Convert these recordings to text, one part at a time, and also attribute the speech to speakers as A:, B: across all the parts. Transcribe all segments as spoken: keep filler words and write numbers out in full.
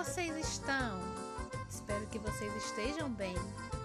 A: vocês estão? Espero que vocês estejam bem.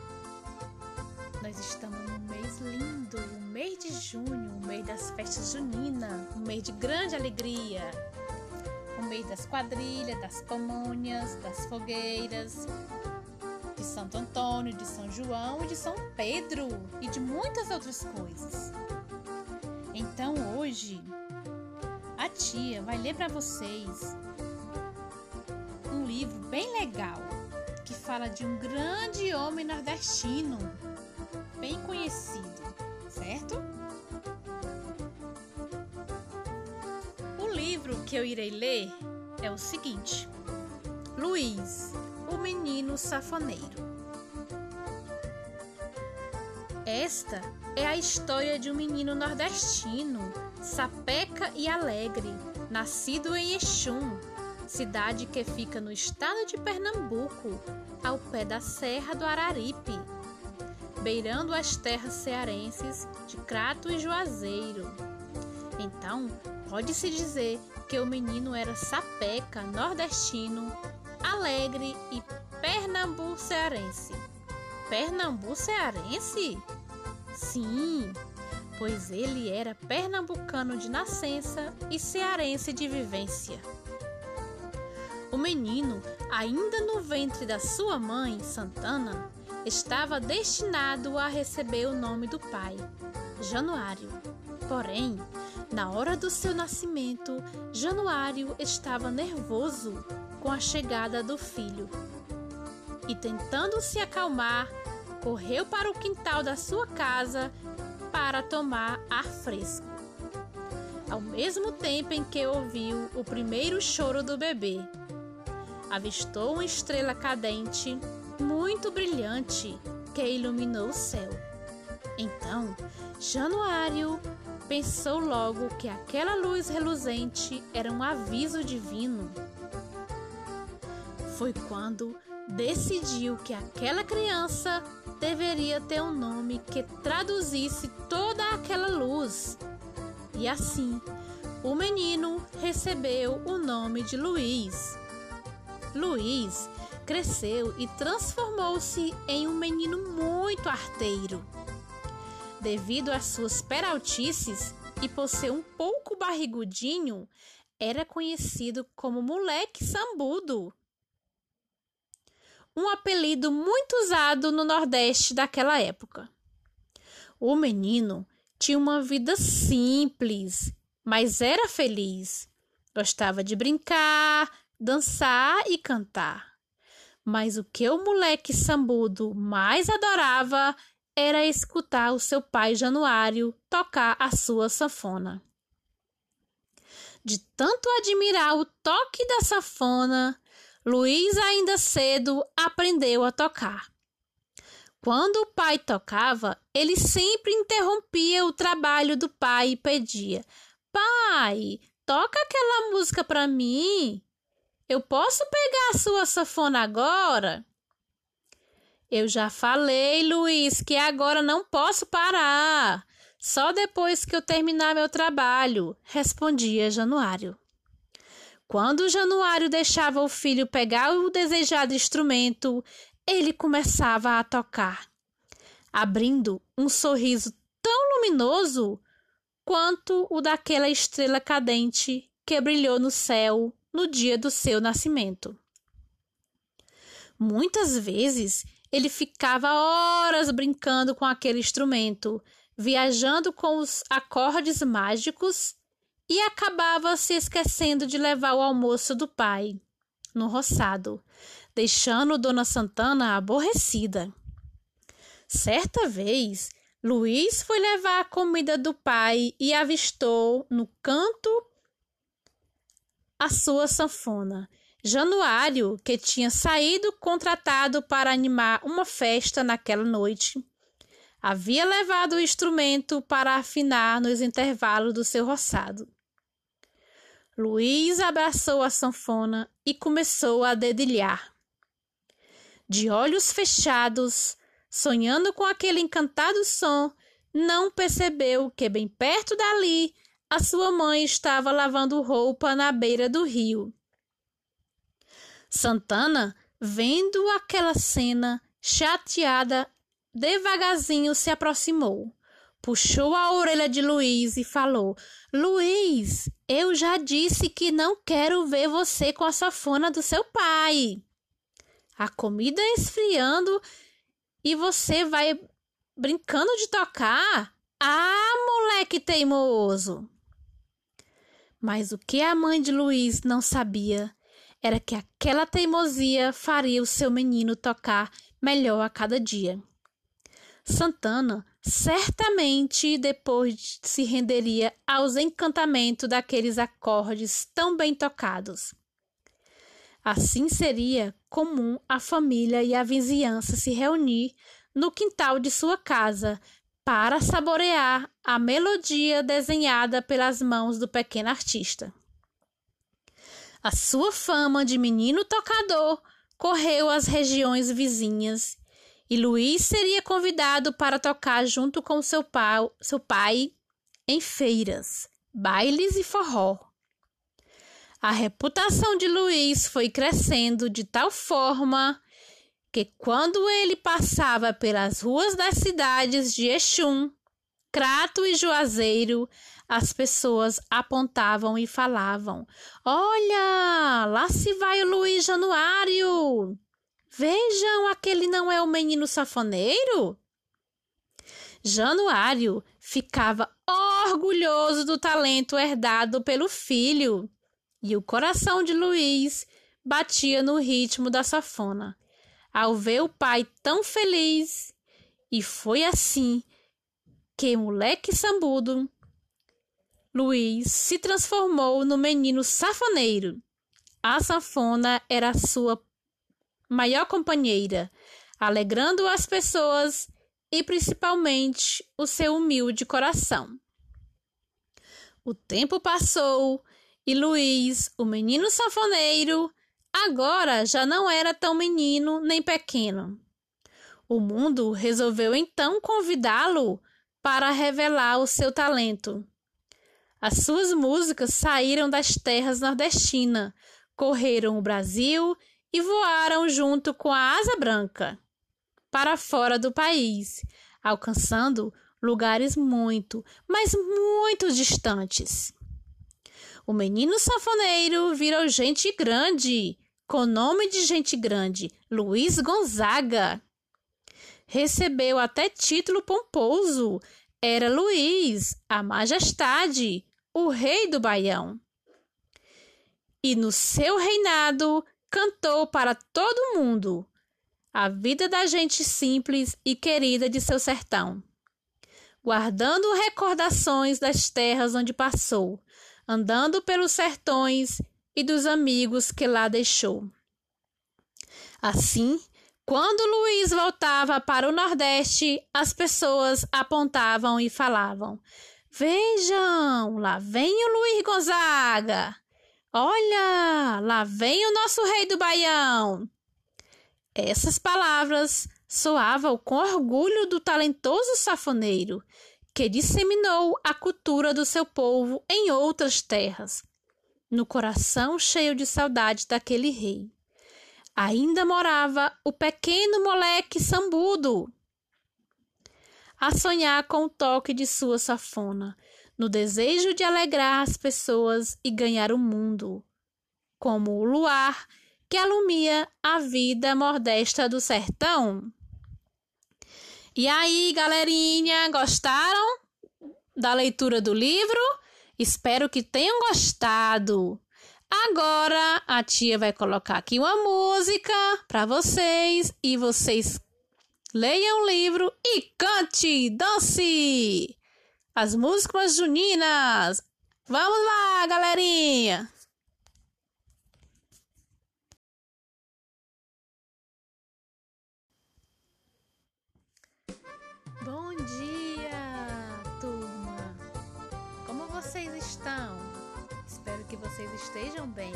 A: Nós estamos num mês lindo, o mês de junho, o mês das festas juninas, um mês de grande alegria. O mês das quadrilhas, das pamonhas, das fogueiras, de Santo Antônio, de São João e de São Pedro e de muitas outras coisas. Então hoje a tia vai ler para vocês um livro bem legal que fala de um grande homem nordestino, bem conhecido, certo? O livro que eu irei ler é o seguinte: Luiz, o menino safoneiro. Esta é a história de um menino nordestino, sapeca e alegre, nascido em Exum, cidade que fica no estado de Pernambuco, ao pé da Serra do Araripe, beirando as terras cearenses de Crato e Juazeiro. Então, pode-se dizer que o menino era sapeca, nordestino, alegre e pernambucearense. Pernambucearense? Sim, pois ele era pernambucano de nascença e cearense de vivência. O menino, ainda no ventre da sua mãe, Santana, estava destinado a receber o nome do pai, Januário. Porém, na hora do seu nascimento, Januário estava nervoso com a chegada do filho. E tentando se acalmar, correu para o quintal da sua casa para tomar ar fresco. Ao mesmo tempo em que ouviu o primeiro choro do bebê, avistou uma estrela cadente muito brilhante que iluminou o céu. Então, Januário pensou logo que aquela luz reluzente era um aviso divino. Foi quando decidiu que aquela criança deveria ter um nome que traduzisse toda aquela luz. E assim, o menino recebeu o nome de Luiz. Luiz cresceu e transformou-se em um menino muito arteiro. Devido às suas peraltices e por ser um pouco barrigudinho, era conhecido como moleque sambudo. Um apelido muito usado no Nordeste daquela época. O menino tinha uma vida simples, mas era feliz. Gostava de brincar, dançar e cantar. Mas o que o moleque sambudo mais adorava era escutar o seu pai Januário tocar a sua sanfona. De tanto admirar o toque da sanfona, Luiz ainda cedo aprendeu a tocar. Quando o pai tocava, ele sempre interrompia o trabalho do pai e pedia: "Pai, toca aquela música para mim. Eu posso pegar a sua sanfona agora?" "Eu já falei, Luiz, que agora não posso parar. Só depois que eu terminar meu trabalho", respondia Januário. Quando Januário deixava o filho pegar o desejado instrumento, ele começava a tocar, abrindo um sorriso tão luminoso quanto o daquela estrela cadente que brilhou no céu no dia do seu nascimento. Muitas vezes ele ficava horas brincando com aquele instrumento, viajando com os acordes mágicos, e acabava se esquecendo de levar o almoço do pai no roçado, deixando Dona Santana aborrecida. Certa vez, Luiz foi levar a comida do pai e avistou no canto a sua sanfona. Januário, que tinha saído contratado para animar uma festa naquela noite, havia levado o instrumento para afinar nos intervalos do seu roçado. Luiz abraçou a sanfona e começou a dedilhar. De olhos fechados, sonhando com aquele encantado som, não percebeu que bem perto dali a sua mãe estava lavando roupa na beira do rio. Santana, vendo aquela cena, chateada, devagarzinho se aproximou, puxou a orelha de Luiz e falou: Luiz, eu já disse que não quero ver você com a sanfona do seu pai. A comida esfriando e você vai brincando de tocar? Ah, moleque teimoso! Mas o que a mãe de Luiz não sabia era que aquela teimosia faria o seu menino tocar melhor a cada dia. Santana certamente depois se renderia aos encantamentos daqueles acordes tão bem tocados. Assim seria comum a família e a vizinhança se reunir no quintal de sua casa para saborear a melodia desenhada pelas mãos do pequeno artista. A sua fama de menino tocador correu às regiões vizinhas e Luiz seria convidado para tocar junto com seu pai, seu pai em feiras, bailes e forró. A reputação de Luiz foi crescendo de tal forma que quando ele passava pelas ruas das cidades de Exum, Crato e Juazeiro, as pessoas apontavam e falavam: Olha, lá se vai o Luiz Januário! Vejam, aquele não é o menino sanfoneiro? Januário ficava orgulhoso do talento herdado pelo filho, e o coração de Luiz batia no ritmo da sanfona ao ver o pai tão feliz, e foi assim que moleque sambudo Luiz se transformou no menino sanfoneiro. A sanfona era a sua maior companheira, alegrando as pessoas e principalmente o seu humilde coração. O tempo passou e Luiz, o menino sanfoneiro, agora já não era tão menino nem pequeno. O mundo resolveu então convidá-lo para revelar o seu talento. As suas músicas saíram das terras nordestinas, correram o Brasil e voaram junto com a asa branca para fora do país, alcançando lugares muito, mas muito distantes. O menino sanfoneiro virou gente grande, com nome de gente grande, Luiz Gonzaga. Recebeu até título pomposo, era Luiz, a majestade, o rei do Baião. E no seu reinado cantou para todo mundo a vida da gente simples e querida de seu sertão, guardando recordações das terras onde passou, andando pelos sertões e dos amigos que lá deixou. Assim, quando Luiz voltava para o Nordeste, as pessoas apontavam e falavam: Vejam, lá vem o Luiz Gonzaga! Olha, lá vem o nosso rei do Baião! Essas palavras soavam com orgulho do talentoso sanfoneiro, que disseminou a cultura do seu povo em outras terras, no coração cheio de saudade daquele rei. Ainda morava o pequeno moleque sambudo, a sonhar com o toque de sua sanfona, no desejo de alegrar as pessoas e ganhar o mundo, como o luar que alumia a vida modesta do sertão. E aí, galerinha, gostaram da leitura do livro? Espero que tenham gostado. Agora a tia vai colocar aqui uma música para vocês e vocês leiam o livro e cante, dance as músicas juninas. Vamos lá, galerinha! Bom dia, turma! Como vocês estão? Espero que vocês estejam bem.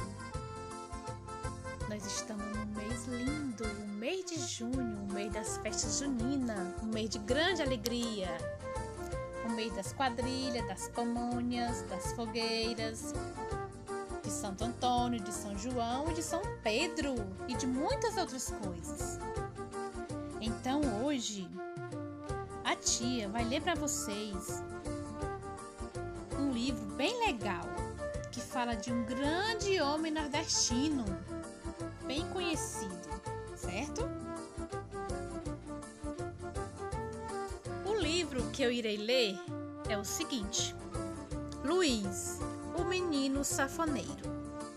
A: Nós estamos num mês lindo, o mês de junho, o mês das festas juninas, um mês de grande alegria, o mês das quadrilhas, das pamonhas, das fogueiras, de de Santo Antônio, de São João e de São Pedro e de muitas outras coisas. Então hoje a tia vai ler para vocês um livro bem legal que fala de um grande homem nordestino, bem conhecido, certo? O livro que eu irei ler é o seguinte: Luiz, o menino safoneiro.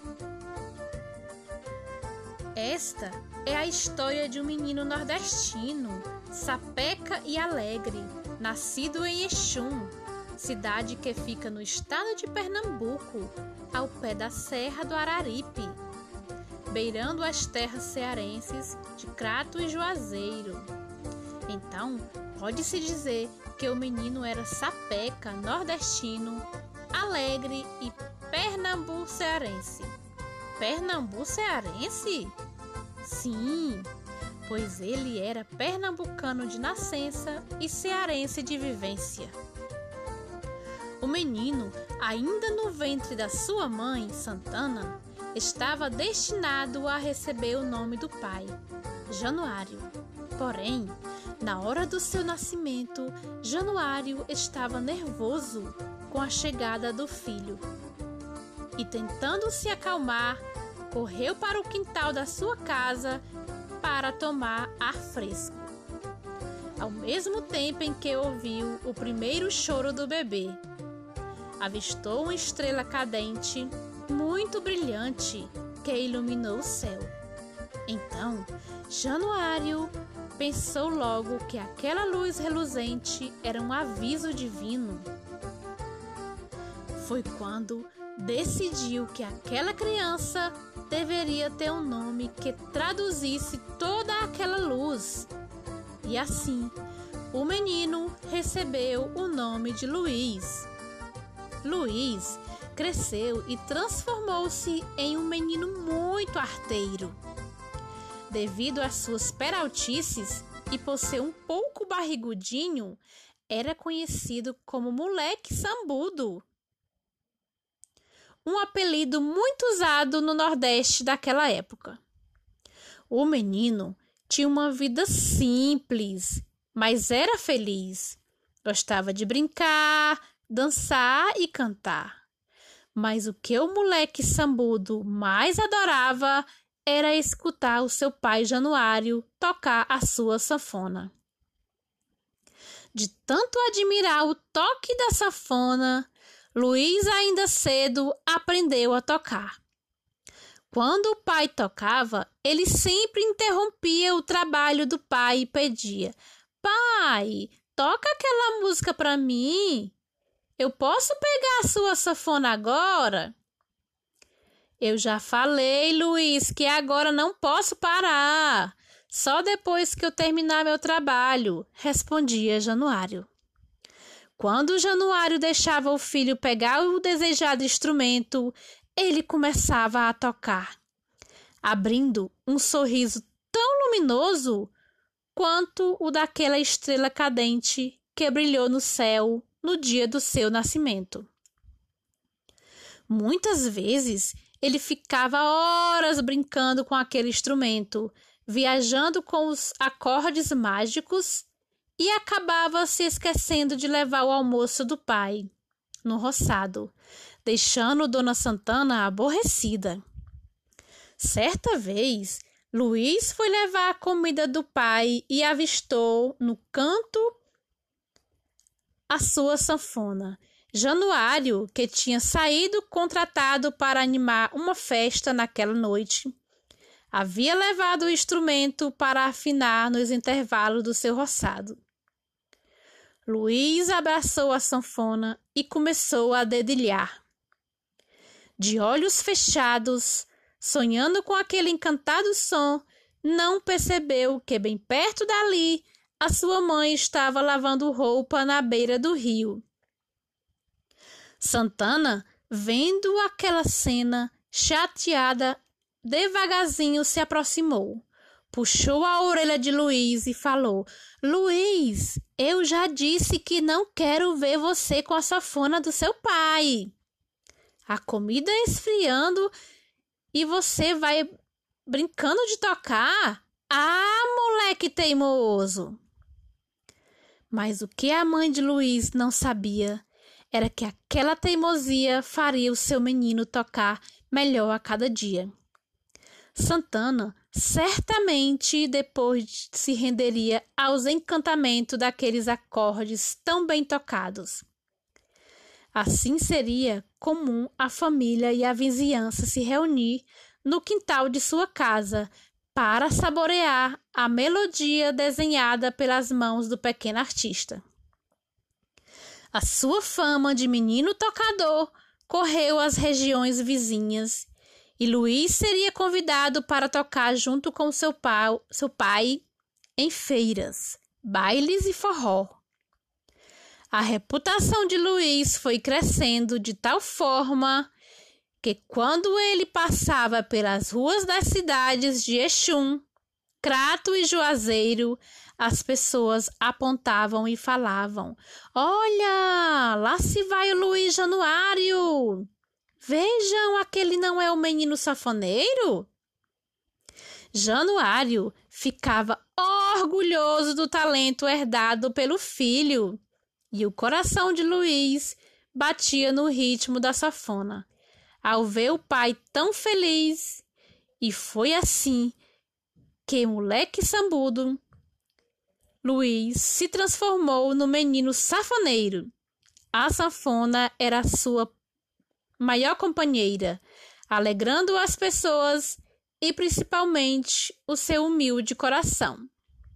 A: Esta é a história de um menino nordestino, sapeca e alegre, nascido em Exum, cidade que fica no estado de Pernambuco, ao pé da Serra do Araripe, beirando as terras cearenses de Crato e Juazeiro. Então, pode-se dizer que o menino era sapeca, nordestino, alegre e pernambucearense. Pernambucearense? Sim, pois ele era pernambucano de nascença e cearense de vivência. O menino, ainda no ventre da sua mãe, Santana, estava destinado a receber o nome do pai, Januário. Porém, na hora do seu nascimento, Januário estava nervoso com a chegada do filho. E tentando se acalmar, correu para o quintal da sua casa para tomar ar fresco. Ao mesmo tempo em que ouviu o primeiro choro do bebê, avistou uma estrela cadente muito brilhante que iluminou o céu. Então, Januário pensou logo que aquela luz reluzente era um aviso divino. Foi quando decidiu que aquela criança deveria ter um nome que traduzisse toda aquela luz. E assim, o menino recebeu o nome de Luiz. Luiz cresceu e transformou-se em um menino muito arteiro. Devido às suas peraltices e por ser um pouco barrigudinho, era conhecido como moleque sambudo. Um apelido muito usado no Nordeste daquela época. O menino tinha uma vida simples, mas era feliz. Gostava de brincar, dançar e cantar. Mas o que o moleque sambudo mais adorava era escutar o seu pai Januário tocar a sua sanfona. De tanto admirar o toque da sanfona, Luiz ainda cedo aprendeu a tocar. Quando o pai tocava, ele sempre interrompia o trabalho do pai e pedia: "Pai, toca aquela música para mim. Eu posso pegar a sua sanfona agora?" "Eu já falei, Luiz, que agora não posso parar. Só depois que eu terminar meu trabalho", respondia Januário. Quando Januário deixava o filho pegar o desejado instrumento, ele começava a tocar, abrindo um sorriso tão luminoso quanto o daquela estrela cadente que brilhou no céu no dia do seu nascimento. Muitas vezes ele ficava horas brincando com aquele instrumento, viajando com os acordes mágicos, e acabava se esquecendo de levar o almoço do pai no roçado, deixando Dona Santana aborrecida. Certa vez, Luiz foi levar a comida do pai e avistou no canto a sua sanfona. Januário, que tinha saído contratado para animar uma festa naquela noite, havia levado o instrumento para afinar nos intervalos do seu roçado. Luiz abraçou a sanfona e começou a dedilhar. De olhos fechados, sonhando com aquele encantado som, não percebeu que bem perto dali a sua mãe estava lavando roupa na beira do rio. Santana, vendo aquela cena, chateada, devagarzinho se aproximou, puxou a orelha de Luiz e falou: "Luiz, eu já disse que não quero ver você com a sanfona do seu pai." A comida esfriando e você vai brincando de tocar? Ah, moleque teimoso! Mas o que a mãe de Luiz não sabia era que aquela teimosia faria o seu menino tocar melhor a cada dia. Santana certamente depois se renderia aos encantamentos daqueles acordes tão bem tocados. Assim seria comum a família e a vizinhança se reunir no quintal de sua casa para saborear a melodia desenhada pelas mãos do pequeno artista. A sua fama de menino tocador correu às regiões vizinhas e Luiz seria convidado para tocar junto com seu pai, seu pai em feiras, bailes e forró. A reputação de Luiz foi crescendo de tal forma que quando ele passava pelas ruas das cidades de Exum, Crato e Juazeiro, as pessoas apontavam e falavam: "Olha, lá se vai o Luiz Januário! Vejam, aquele não é o menino sanfoneiro?" Januário ficava orgulhoso do talento herdado pelo filho, e o coração de Luiz batia no ritmo da sanfona ao ver o pai tão feliz. E foi assim que, moleque sambudo, Luiz se transformou no menino sanfoneiro. A sanfona era a sua maior companheira, alegrando as pessoas e principalmente o seu humilde coração.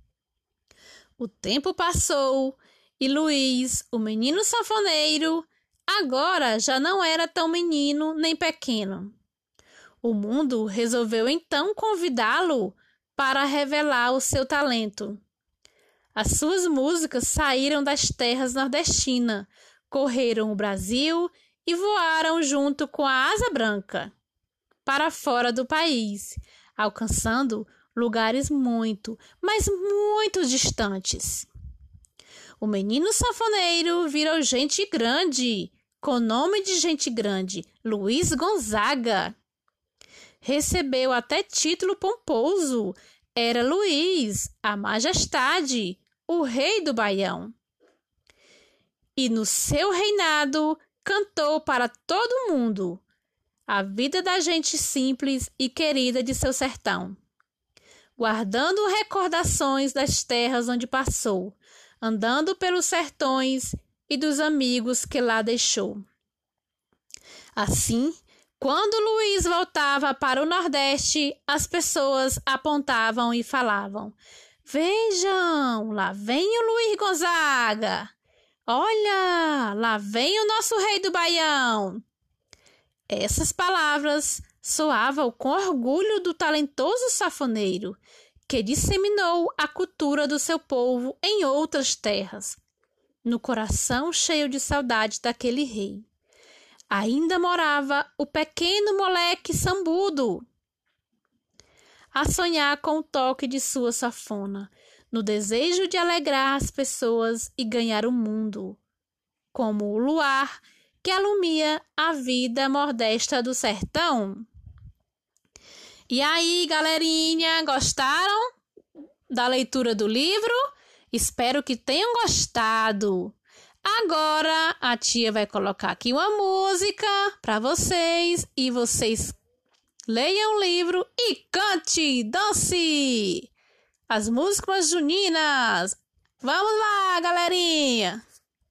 A: O tempo passou e Luiz, o menino sanfoneiro, agora já não era tão menino nem pequeno. O mundo resolveu então convidá-lo para revelar o seu talento. As suas músicas saíram das terras nordestinas, correram o Brasil e voaram junto com a asa branca para fora do país, alcançando lugares muito, mas muito distantes. O menino sanfoneiro virou gente grande, com nome de gente grande, Luiz Gonzaga. Recebeu até título pomposo, era Luiz, a Majestade, o rei do Baião. E no seu reinado cantou para todo mundo a vida da gente simples e querida de seu sertão, guardando recordações das terras onde passou, andando pelos sertões e dos amigos que lá deixou. Assim, quando Luiz voltava para o Nordeste, as pessoas apontavam e falavam: "Vejam, lá vem o Luiz Gonzaga! Olha, lá vem o nosso rei do Baião!" Essas palavras soavam com orgulho do talentoso sanfoneiro, que disseminou a cultura do seu povo em outras terras, no coração cheio de saudade daquele rei. Ainda morava o pequeno moleque sambudo, a sonhar com o toque de sua sanfona, no desejo de alegrar as pessoas e ganhar o mundo, como o luar que alumia a vida modesta do sertão. E aí, galerinha, gostaram da leitura do livro? Espero que tenham gostado. Agora a tia vai colocar aqui uma música para vocês e vocês leiam o livro e cante, dance as músicas juninas. Vamos lá, galerinha!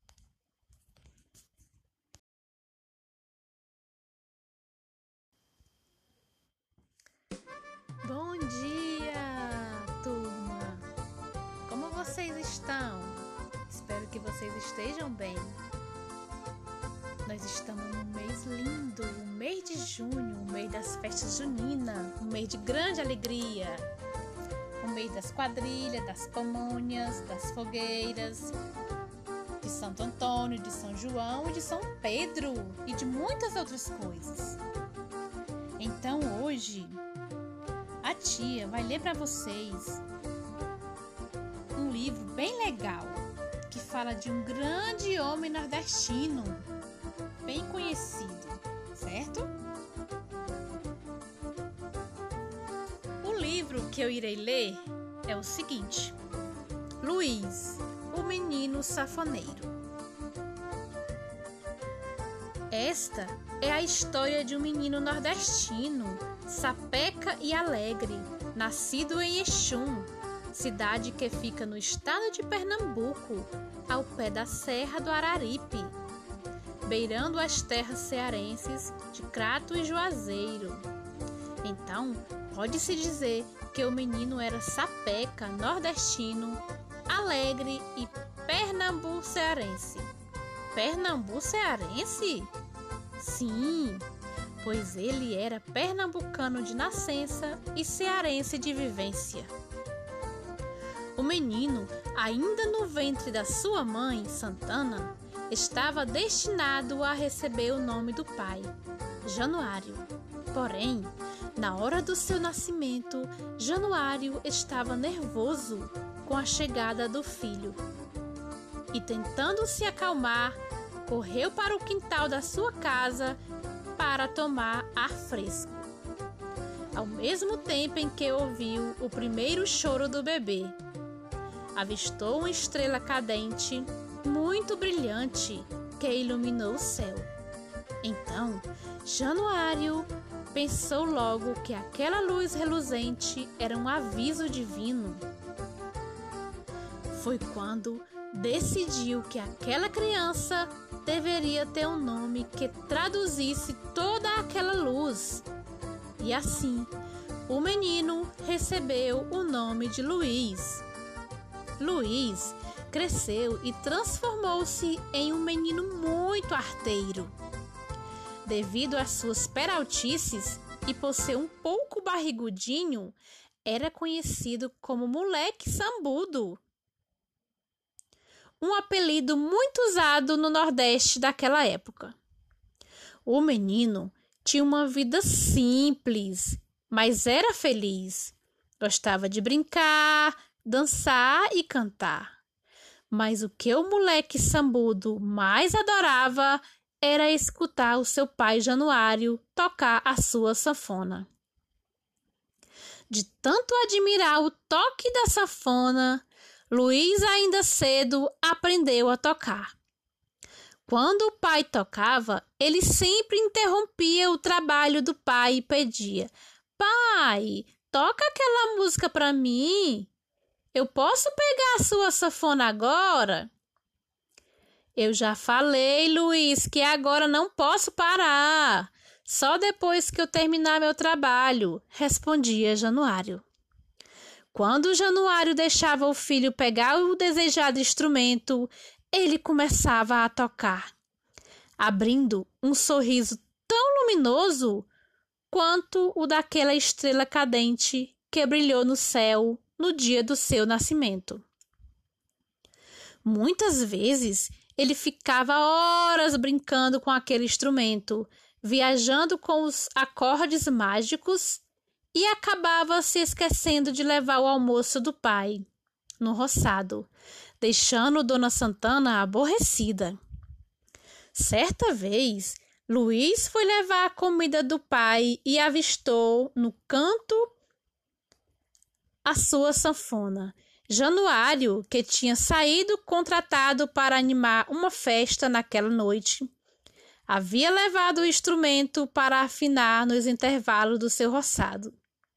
A: Bom dia, turma! Como vocês estão? Espero que vocês estejam bem. Nós estamos num mês lindo, o mês de junho, o mês das festas juninas, um mês de grande alegria, o mês das quadrilhas, das pamonhas, das fogueiras, de Santo Antônio, de São João e de São Pedro e de muitas outras coisas. Então hoje a tia vai ler para vocês um livro bem legal que fala de um grande homem nordestino bem conhecido, certo? livro que eu irei ler é o seguinte: Luiz, o menino safoneiro. Esta é a história de um menino nordestino, sapeca e alegre, nascido em Exum, cidade que fica no estado de Pernambuco, ao pé da Serra do Araripe, beirando as terras cearenses de Crato e Juazeiro. Então, pode-se dizer que o menino era sapeca, nordestino, alegre e pernambucearense. Pernambucearense? Sim, pois ele era pernambucano de nascença e cearense de vivência. O menino, ainda no ventre da sua mãe, Santana, estava destinado a receber o nome do pai, Januário. Porém, na hora do seu nascimento, Januário estava nervoso com a chegada do filho. E tentando se acalmar, correu para o quintal da sua casa para tomar ar fresco. Ao mesmo tempo em que ouviu o primeiro choro do bebê, avistou uma estrela cadente muito brilhante que iluminou o céu. Então, Januário pensou logo que aquela luz reluzente era um aviso divino. Foi quando decidiu que aquela criança deveria ter um nome que traduzisse toda aquela luz. E assim, o menino recebeu o nome de Luiz. Luiz cresceu e transformou-se em um menino muito arteiro. Devido às suas peraltices e por ser um pouco barrigudinho, era conhecido como moleque sambudo, um apelido muito usado no Nordeste daquela época. O menino tinha uma vida simples, mas era feliz. Gostava de brincar, dançar e cantar. Mas o que o moleque sambudo mais adorava era escutar o seu pai Januário tocar a sua sanfona. De tanto admirar o toque da sanfona, Luiz ainda cedo aprendeu a tocar. Quando o pai tocava, ele sempre interrompia o trabalho do pai e pedia: "Pai, toca aquela música para mim. Eu posso pegar a sua sanfona agora?" "Eu já falei, Luiz, que agora não posso parar. Só depois que eu terminar meu trabalho", respondia Januário. Quando Januário deixava o filho pegar o desejado instrumento, ele começava a tocar, abrindo um sorriso tão luminoso quanto o daquela estrela cadente que brilhou no céu no dia do seu nascimento. Muitas vezes ele ficava horas brincando com aquele instrumento, viajando com os acordes mágicos, e acabava se esquecendo de levar o almoço do pai no roçado, deixando Dona Santana aborrecida. Certa vez, Luiz foi levar a comida do pai e avistou no canto a sua sanfona. Januário, que tinha saído contratado para animar uma festa naquela noite, havia levado o instrumento para afinar nos intervalos do seu roçado.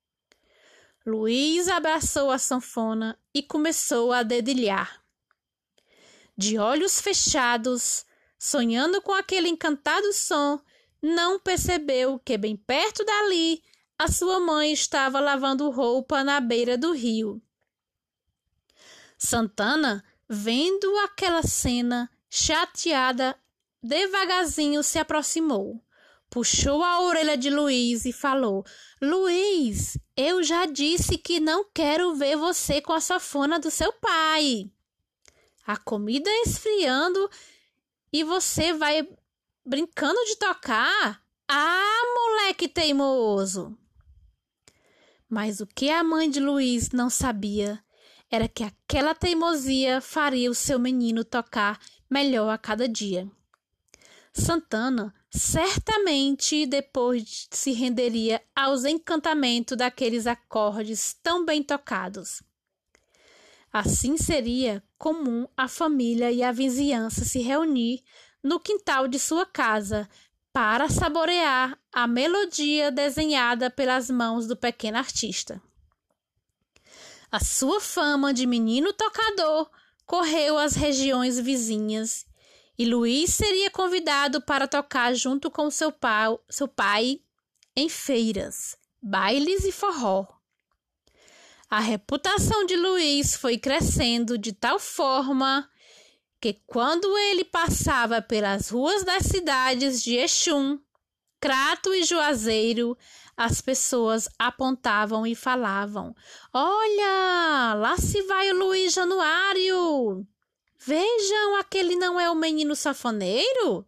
A: Luiz abraçou a sanfona e começou a dedilhar. De olhos fechados, sonhando com aquele encantado som, não percebeu que bem perto dali a sua mãe estava lavando roupa na beira do rio. Santana, vendo aquela cena, chateada, devagarzinho se aproximou, puxou a orelha de Luiz e falou: "Luiz, eu já disse que não quero ver você com a sanfona do seu pai. A comida esfriando e você vai brincando de tocar? Ah, moleque teimoso!" Mas o que a mãe de Luiz não sabia era que aquela teimosia faria o seu menino tocar melhor a cada dia. Santana certamente depois se renderia aos encantamentos daqueles acordes tão bem tocados. Assim seria comum a família e a vizinhança se reunir no quintal de sua casa para saborear a melodia desenhada pelas mãos do pequeno artista. A sua fama de menino tocador correu às regiões vizinhas e Luiz seria convidado para tocar junto com seu pai, seu pai em feiras, bailes e forró. A reputação de Luiz foi crescendo de tal forma que quando ele passava pelas ruas das cidades de Exum, Crato e Juazeiro, as pessoas apontavam e falavam: "Olha, lá se vai o Luiz Januário! Vejam, aquele não é o menino sanfoneiro?"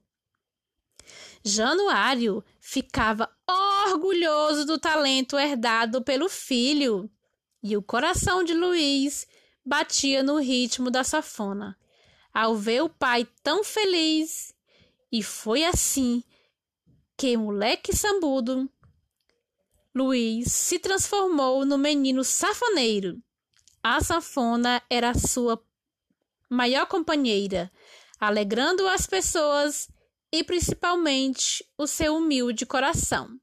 A: Januário ficava orgulhoso do talento herdado pelo filho, e o coração de Luiz batia no ritmo da sanfona ao ver o pai tão feliz, e foi assim que, moleque sambudo, Luiz se transformou no menino sanfoneiro. A sanfona era a sua maior companheira, alegrando as pessoas e principalmente o seu humilde coração.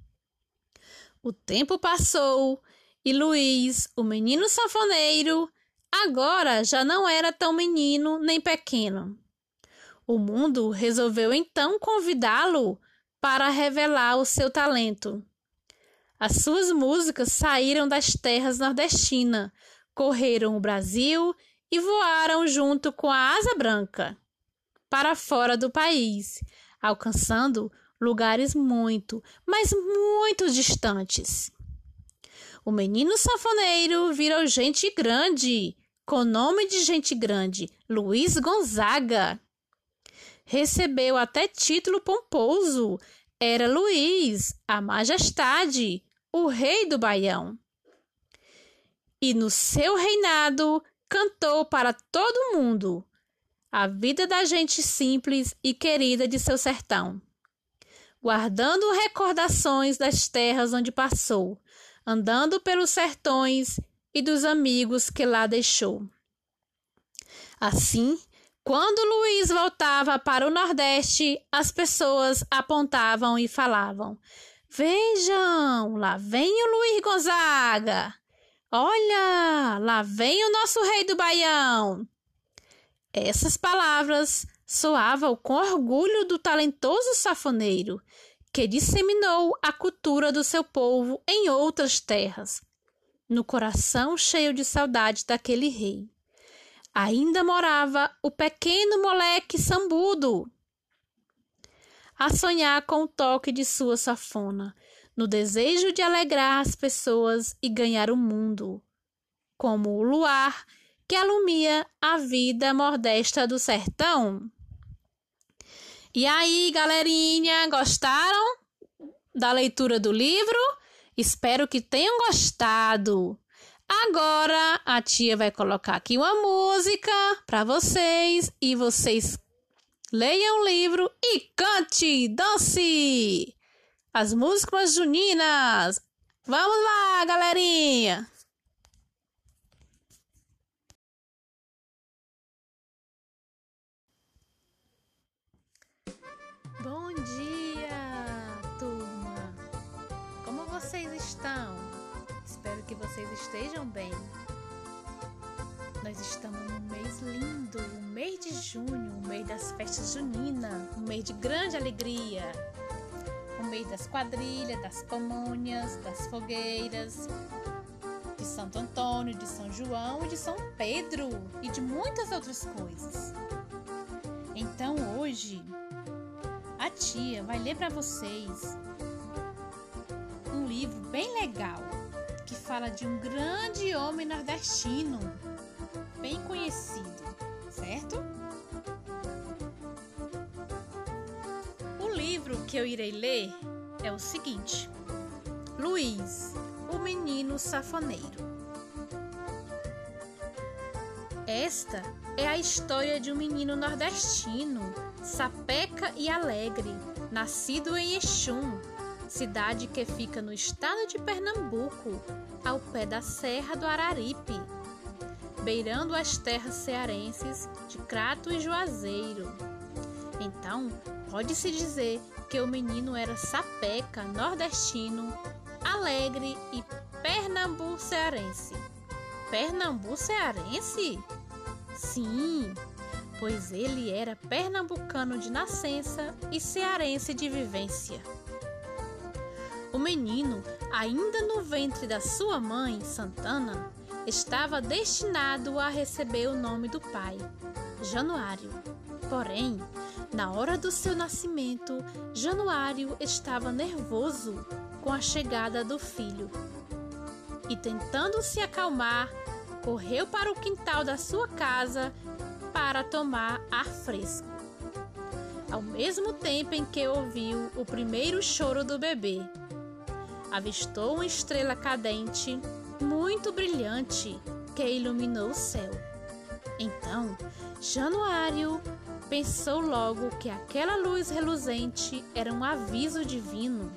A: O tempo passou e Luiz, o menino sanfoneiro, agora já não era tão menino nem pequeno. O mundo resolveu então convidá-lo para revelar o seu talento. As suas músicas saíram das terras nordestinas, correram o Brasil e voaram junto com a asa branca para fora do país, alcançando lugares muito, mas muito distantes. O menino sanfoneiro virou gente grande, com nome de gente grande, Luiz Gonzaga. Recebeu até título pomposo, era Luiz, a Majestade, o rei do Baião. E no seu reinado cantou para todo mundo a vida da gente simples e querida de seu sertão, guardando recordações das terras onde passou, andando pelos sertões e dos amigos que lá deixou. Assim, quando Luiz voltava para o Nordeste, as pessoas apontavam e falavam: "Vejam, lá vem o Luiz Gonzaga! Olha, lá vem o nosso rei do Baião!" Essas palavras soavam com orgulho do talentoso sanfoneiro, que disseminou a cultura do seu povo em outras terras, no coração cheio de saudade daquele rei. Ainda morava o pequeno moleque sambudo, a sonhar com o toque de sua sanfona, no desejo de alegrar as pessoas e ganhar o mundo, como o luar que alumia a vida modesta do sertão. E aí, galerinha, gostaram da leitura do livro? Espero que tenham gostado. Agora a tia vai colocar aqui uma música para vocês e vocês leiam o livro e cante, dance as músicas juninas. Vamos lá, galerinha! Bom dia, turma! Como vocês estão? Espero que vocês estejam bem. Nós estamos num mês lindo, o mês de junho, o mês das festas juninas, um mês de grande alegria, o mês das quadrilhas, das pamonhas, das fogueiras, de Santo Antônio, de São João e de São Pedro e de muitas outras coisas. Então hoje a tia vai ler para vocês um livro bem legal que fala de um grande homem nordestino, bem conhecido, certo? O livro que eu irei ler é o seguinte: Luiz, o menino sanfoneiro. Esta é a história de um menino nordestino sapeca e alegre, nascido em Exum, cidade que fica no estado de Pernambuco, ao pé da Serra do Araripe, beirando as terras cearenses de Crato e Juazeiro. Então, pode-se dizer que o menino era sapeca, nordestino, alegre e pernambucearense. Pernambucearense? Sim, pois ele era pernambucano de nascença e cearense de vivência. O menino, ainda no ventre da sua mãe, Santana, estava destinado a receber o nome do pai, Januário. Porém, na hora do seu nascimento, Januário estava nervoso com a chegada do filho. E tentando se acalmar, correu para o quintal da sua casa para tomar ar fresco. Ao mesmo tempo em que ouviu o primeiro choro do bebê, avistou uma estrela cadente muito brilhante que iluminou o céu. Então, Januário pensou logo que aquela luz reluzente era um aviso divino.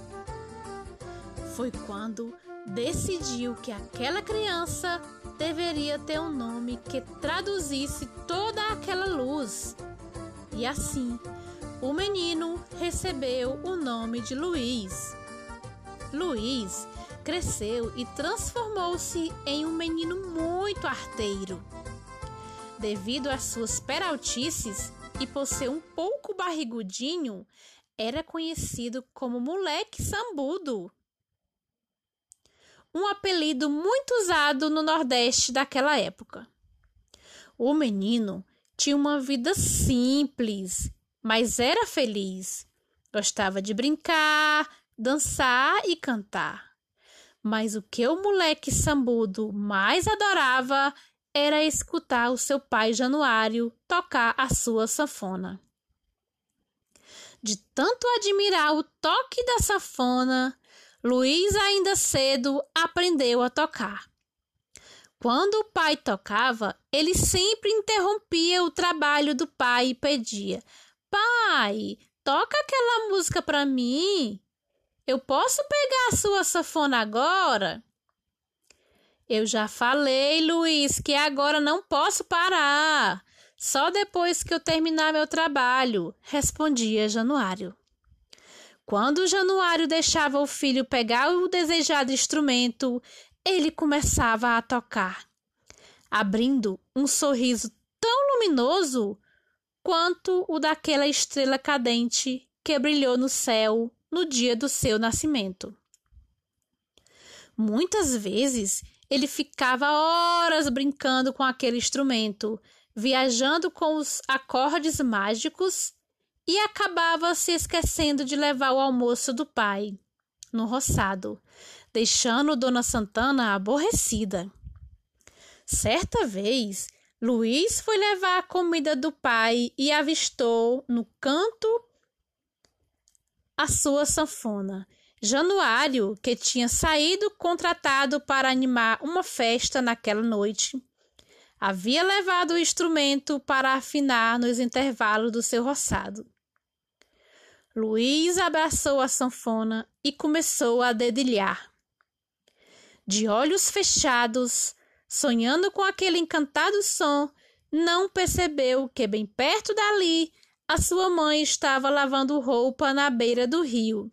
A: Foi quando decidiu que aquela criança deveria ter um nome que traduzisse toda aquela luz. E assim, o menino recebeu o nome de Luiz. Luiz cresceu e transformou-se em um menino muito arteiro. Devido às suas peraltices e por ser um pouco barrigudinho, era conhecido como moleque sambudo. Um apelido muito usado no Nordeste daquela época. O menino tinha uma vida simples, mas era feliz. Gostava de brincar, dançar e cantar. Mas o que o moleque sambudo mais adorava era escutar o seu pai Januário tocar a sua sanfona. De tanto admirar o toque da sanfona, Luiz ainda cedo aprendeu a tocar. Quando o pai tocava, ele sempre interrompia o trabalho do pai e pedia: "Pai, toca aquela música para mim. Eu posso pegar a sua sanfona agora?" "Eu já falei, Luiz, que agora não posso parar. Só depois que eu terminar meu trabalho", respondia Januário. Quando Januário deixava o filho pegar o desejado instrumento, ele começava a tocar, abrindo um sorriso tão luminoso quanto o daquela estrela cadente que brilhou no céu no dia do seu nascimento. Muitas vezes ele ficava horas brincando com aquele instrumento, viajando com os acordes mágicos, e acabava se esquecendo de levar o almoço do pai no roçado, deixando Dona Santana aborrecida. Certa vez, Luiz foi levar a comida do pai e avistou no canto a sua sanfona. Januário, que tinha saído contratado para animar uma festa naquela noite, havia levado o instrumento para afinar nos intervalos do seu roçado. Luiz abraçou a sanfona e começou a dedilhar. De olhos fechados, sonhando com aquele encantado som, não percebeu que bem perto dali a sua mãe estava lavando roupa na beira do rio.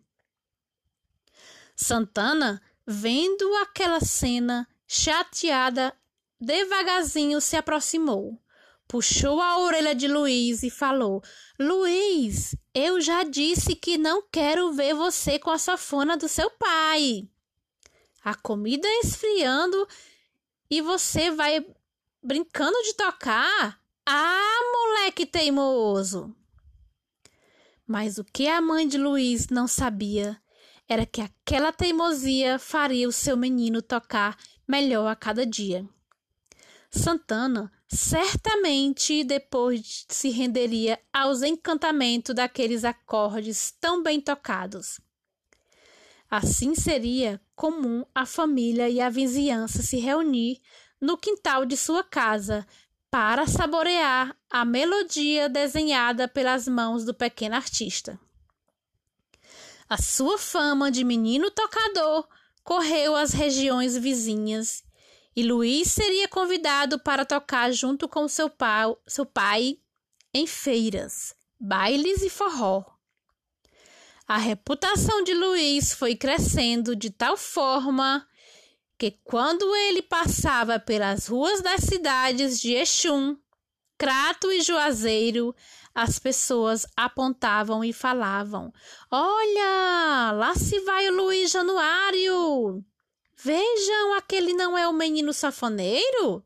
A: Santana, vendo aquela cena, chateada, devagarzinho se aproximou, puxou a orelha de Luiz e falou: "Luiz, eu já disse que não quero ver você com a sanfona do seu pai. A comida esfriando e você vai brincando de tocar? Ah, moleque teimoso!" Mas o que a mãe de Luiz não sabia era que aquela teimosia faria o seu menino tocar melhor a cada dia. Santana certamente depois se renderia aos encantamentos daqueles acordes tão bem tocados. Assim seria comum a família e a vizinhança se reunir no quintal de sua casa para saborear a melodia desenhada pelas mãos do pequeno artista. A sua fama de menino tocador correu às regiões vizinhas e Luiz seria convidado para tocar junto com seu pai, seu pai em feiras, bailes e forró. A reputação de Luiz foi crescendo de tal forma que quando ele passava pelas ruas das cidades de Exum, Crato e Juazeiro, as pessoas apontavam e falavam: "Olha, lá se vai o Luiz Januário! Vejam, aquele não é o menino sanfoneiro?"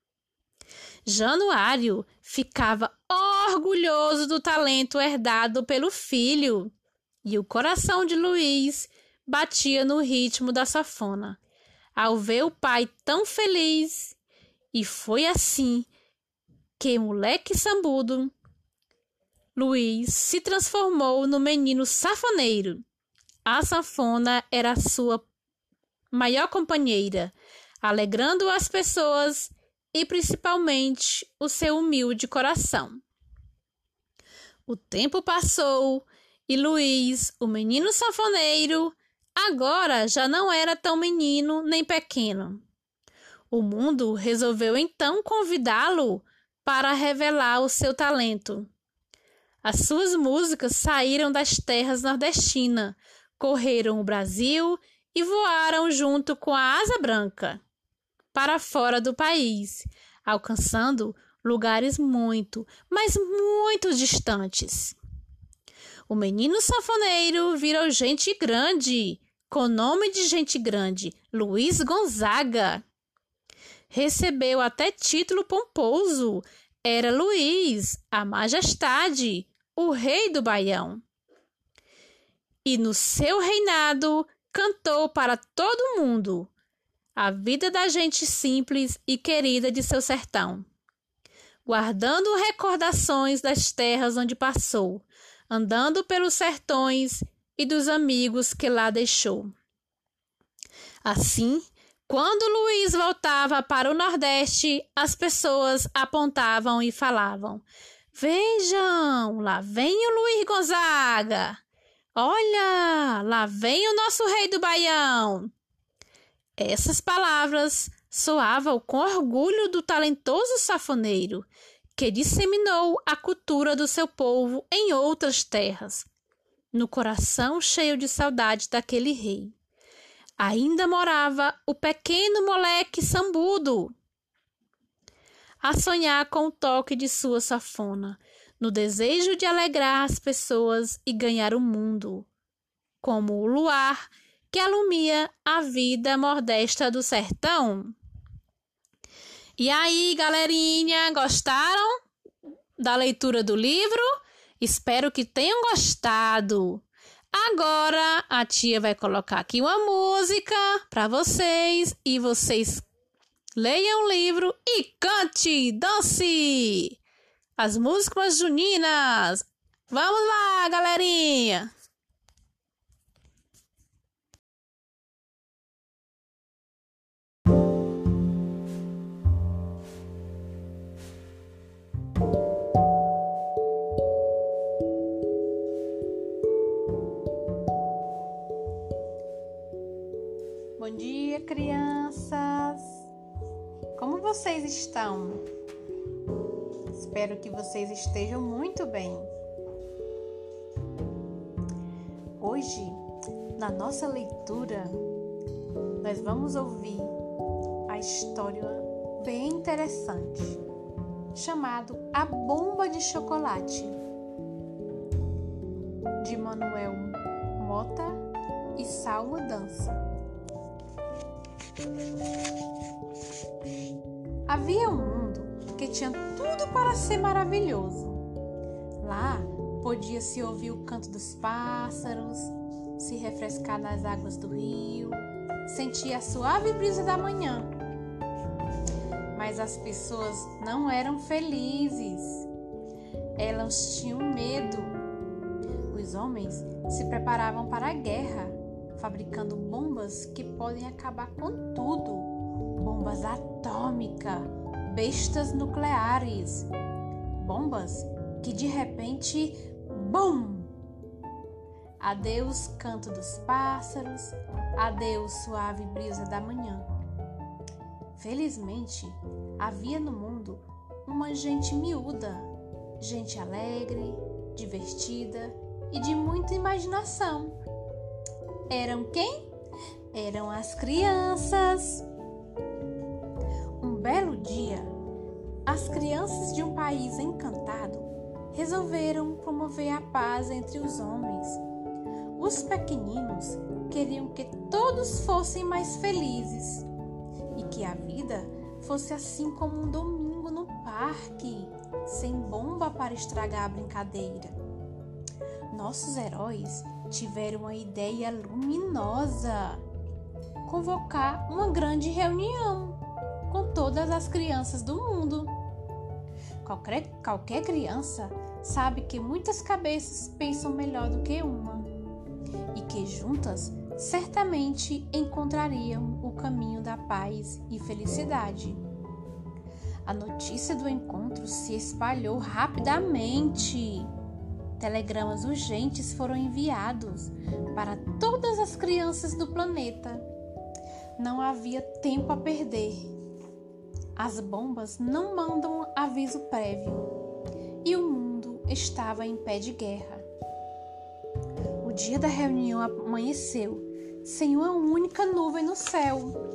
A: Januário ficava orgulhoso do talento herdado pelo filho, e o coração de Luiz batia no ritmo da sanfona ao ver o pai tão feliz, e foi assim que, moleque sambudo, Luiz se transformou no menino sanfoneiro. A sanfona era a sua maior companheira, alegrando as pessoas e principalmente o seu humilde coração. O tempo passou e Luiz, o menino sanfoneiro, agora já não era tão menino nem pequeno. O mundo resolveu então convidá-lo para revelar o seu talento. As suas músicas saíram das terras nordestinas, correram o Brasil e voaram junto com a asa branca para fora do país, alcançando lugares muito, mas muito distantes. O menino sanfoneiro virou gente grande, com nome de gente grande, Luiz Gonzaga. Recebeu até título pomposo, era Luiz, a majestade, o rei do Baião. E no seu reinado cantou para todo mundo a vida da gente simples e querida de seu sertão, guardando recordações das terras onde passou, andando pelos sertões e dos amigos que lá deixou. Assim, quando Luiz voltava para o Nordeste, as pessoas apontavam e falavam: "Vejam, lá vem o Luiz Gonzaga! Olha, lá vem o nosso rei do Baião!" Essas palavras soavam com orgulho do talentoso sanfoneiro, que disseminou a cultura do seu povo em outras terras. No coração cheio de saudade daquele rei, ainda morava o pequeno moleque sambudo, a sonhar com o toque de sua sanfona, no desejo de alegrar as pessoas e ganhar o mundo, como o luar que alumia a vida modesta do sertão. E aí, galerinha, gostaram da leitura do livro? Espero que tenham gostado. Agora a tia vai colocar aqui uma música para vocês e vocês leiam o livro e cante, dance as músicas juninas. Vamos lá, galerinha! Bom dia, crianças! Como vocês estão? Espero que vocês estejam muito bem. Hoje, na nossa leitura, nós vamos ouvir a história bem interessante, chamado A Bomba de Chocolate, de Manuel Mota e Salma Dança. Havia um mundo que tinha tudo para ser maravilhoso. Lá podia-se ouvir o canto dos pássaros, se refrescar nas águas do rio, sentir a suave brisa da manhã. Mas as pessoas não eram felizes. Elas tinham medo. Os homens se preparavam para a guerra, fabricando bombas que podem acabar com tudo. Bombas atômicas, bestas nucleares, bombas que de repente, bum! Adeus canto dos pássaros, adeus suave brisa da manhã. Felizmente, havia no mundo uma gente miúda, gente alegre, divertida e de muita imaginação. Eram quem? Eram as crianças. Um belo dia, as crianças de um país encantado resolveram promover a paz entre os homens. Os pequeninos queriam que todos fossem mais felizes e que a vida fosse assim como um domingo no parque, sem bomba para estragar a brincadeira. Nossos heróis tiveram a ideia luminosa: convocar uma grande reunião com todas as crianças do mundo. Qualquer, qualquer criança sabe que muitas cabeças pensam melhor do que uma e que juntas certamente encontrariam o caminho da paz e felicidade. A notícia do encontro se espalhou rapidamente. Telegramas urgentes foram enviados para todas as crianças do planeta. Não havia tempo a perder. As bombas não mandam aviso prévio e o mundo estava em pé de guerra. O dia da reunião amanheceu sem uma única nuvem no céu.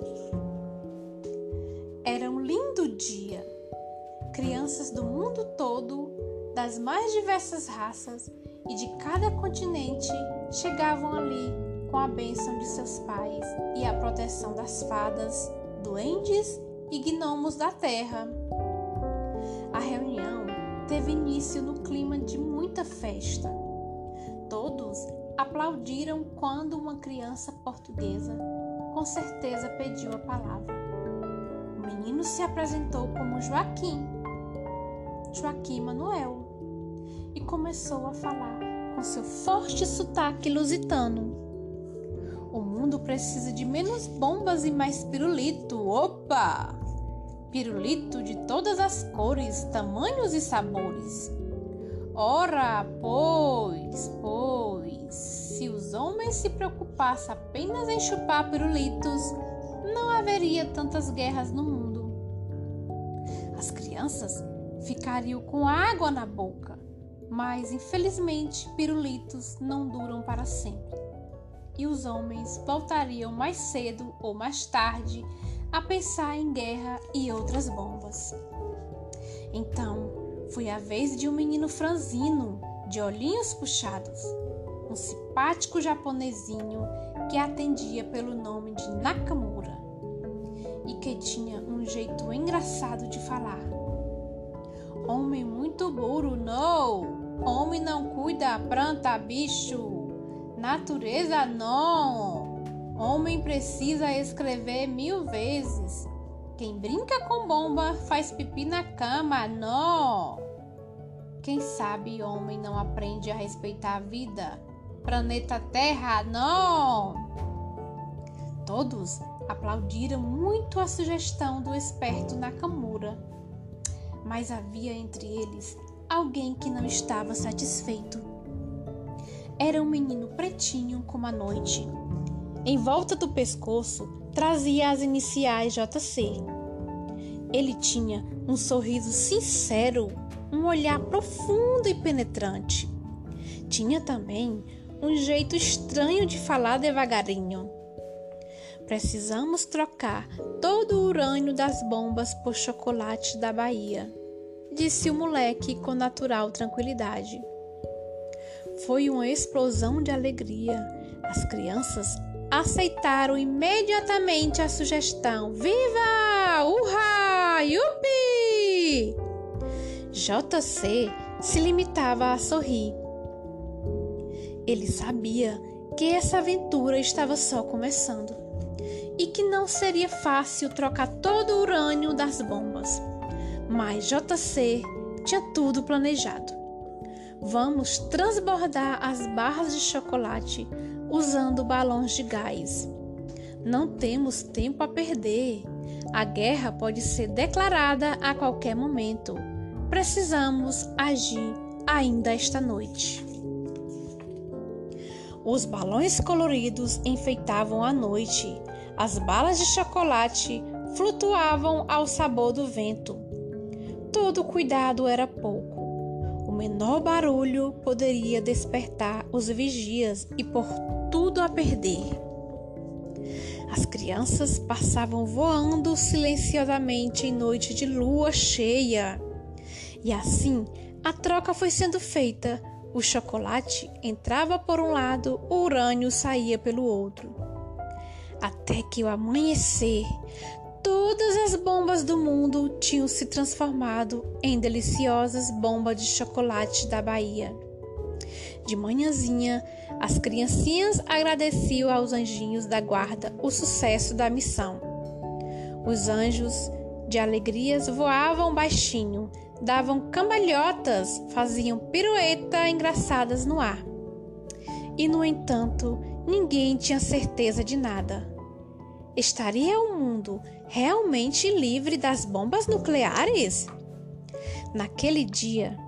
A: Era um lindo dia. Crianças do mundo todo, das mais diversas raças e de cada continente, chegavam ali com a bênção de seus pais e a proteção das fadas, duendes e gnomos da terra. A reunião teve início no clima de muita festa. Todos aplaudiram quando uma criança portuguesa com certeza pediu a palavra. O menino se apresentou como Joaquim, Joaquim Manuel, e começou a falar com seu forte sotaque lusitano. O mundo precisa de menos bombas e mais pirulito. Opa! Pirulito de todas as cores, tamanhos e sabores. Ora, pois, pois, se os homens se preocupassem apenas em chupar pirulitos, não haveria tantas guerras no mundo. As crianças ficariam com água na boca, mas infelizmente pirulitos não duram para sempre. E os homens voltariam mais cedo ou mais tarde a pensar em guerra e outras bombas. Então, foi a vez de um menino franzino, de olhinhos puxados, um simpático japonesinho que atendia pelo nome de Nakamura e que tinha um jeito engraçado de falar. Homem muito burro, não! Homem não cuida, planta, bicho! Natureza, não! Homem precisa escrever mil vezes. Quem brinca com bomba faz pipi na cama, não! Quem sabe homem não aprende a respeitar a vida? Planeta Terra, não! Todos aplaudiram muito a sugestão do esperto Nakamura, mas havia entre eles alguém que não estava satisfeito. Era um menino pretinho como a noite. Em volta do pescoço trazia as iniciais J C. Ele tinha um sorriso sincero, um olhar profundo e penetrante. Tinha também um jeito estranho de falar devagarinho. Precisamos trocar todo o urânio das bombas por chocolate da Bahia, disse o moleque com natural tranquilidade. Foi uma explosão de alegria. As crianças aceitaram imediatamente a sugestão. Viva! Urra! Yupi! J C se limitava a sorrir. Ele sabia que essa aventura estava só começando e que não seria fácil trocar todo o urânio das bombas. Mas J C tinha tudo planejado. Vamos transbordar as barras de chocolate usando balões de gás. Não temos tempo a perder. A guerra pode ser declarada a qualquer momento. Precisamos agir ainda esta noite. Os balões coloridos enfeitavam a noite. As balas de chocolate flutuavam ao sabor do vento. Todo cuidado era pouco. O menor barulho poderia despertar os vigias e pôr tudo a perder. As crianças passavam voando silenciosamente em noite de lua cheia. E assim, a troca foi sendo feita. O chocolate entrava por um lado, o urânio saía pelo outro. Até que ao amanhecer, todas as bombas do mundo tinham se transformado em deliciosas bombas de chocolate da Bahia. De manhãzinha, as criancinhas agradeciam aos anjinhos da guarda o sucesso da missão. Os anjos de alegrias voavam baixinho, davam cambalhotas, faziam pirueta engraçadas no ar. E, no entanto, ninguém tinha certeza de nada. Estaria o mundo realmente livre das bombas nucleares? Naquele dia,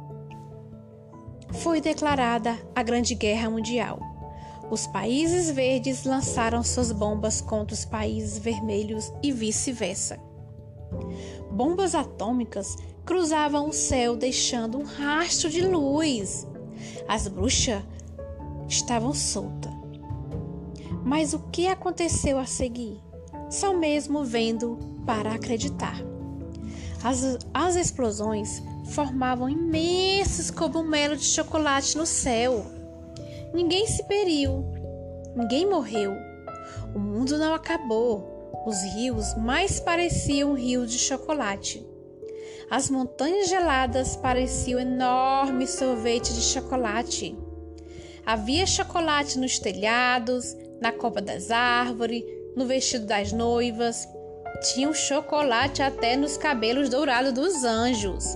A: foi declarada a Grande Guerra Mundial. Os países verdes lançaram suas bombas contra os países vermelhos e vice-versa. Bombas atômicas cruzavam o céu deixando um rastro de luz. As bruxas estavam soltas. Mas o que aconteceu a seguir? Só mesmo vendo para acreditar. As, as explosões formavam imensos cogumelos de chocolate no céu. Ninguém se feriu, ninguém morreu. O mundo não acabou. Os rios mais pareciam rios de chocolate. As montanhas geladas pareciam enormes sorvetes de chocolate. Havia chocolate nos telhados, na copa das árvores, no vestido das noivas. Tinha um chocolate até nos cabelos dourados dos anjos.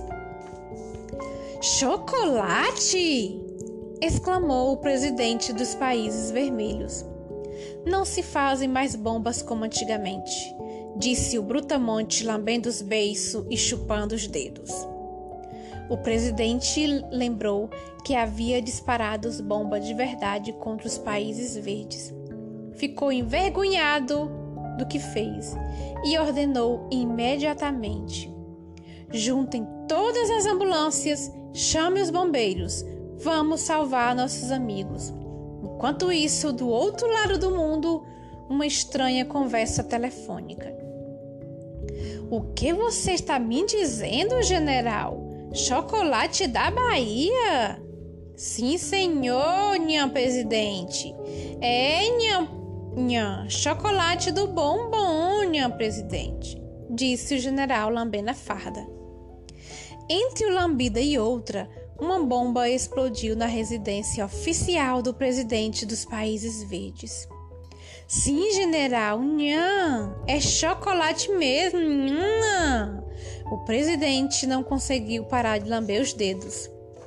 A: Chocolate! Exclamou o presidente dos países vermelhos. Não se fazem mais bombas como antigamente, disse o brutamonte lambendo os beiços e chupando os dedos. O presidente lembrou que havia disparado bombas de verdade contra os países verdes. Ficou envergonhado do que fez e ordenou imediatamente: juntem todas as ambulâncias, chame os bombeiros, vamos salvar nossos amigos. Enquanto isso, do outro lado do mundo, uma estranha conversa telefônica. O que você está me dizendo, general? Chocolate da Bahia? Sim, senhor, nhã presidente. É, nhã, nhã, chocolate do bombom, nhã presidente, disse o general lambendo a farda. Entre uma lambida e outra, uma bomba explodiu na residência oficial do presidente dos países verdes. Sim, general, nhã, é chocolate mesmo, nhã. O presidente não conseguiu parar de lamber os dedos.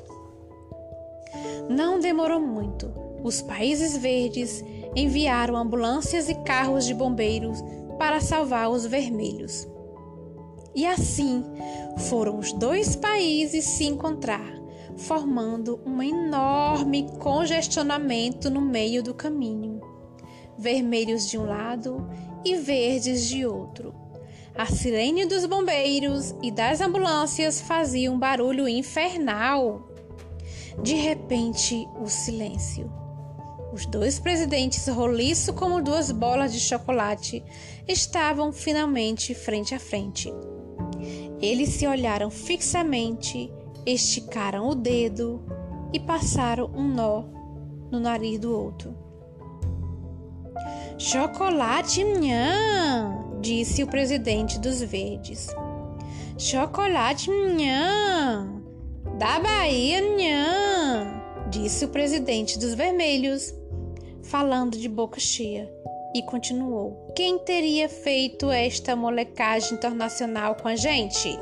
A: Não demorou muito. Os países verdes enviaram ambulâncias e carros de bombeiros para salvar os vermelhos. E assim foram os dois países se encontrar, formando um enorme congestionamento no meio do caminho. Vermelhos de um lado e verdes de outro. A sirene dos bombeiros e das ambulâncias fazia um barulho infernal. De repente, o silêncio. Os dois presidentes, roliços como duas bolas de chocolate, estavam finalmente frente a frente. Eles se olharam fixamente, esticaram o dedo e passaram um nó no nariz do outro. Chocolate, nhã, disse o presidente dos verdes. Chocolate, nhã, da Bahia, nhã, disse o presidente dos vermelhos, falando de boca cheia, e continuou. Quem teria feito esta molecagem internacional com a gente?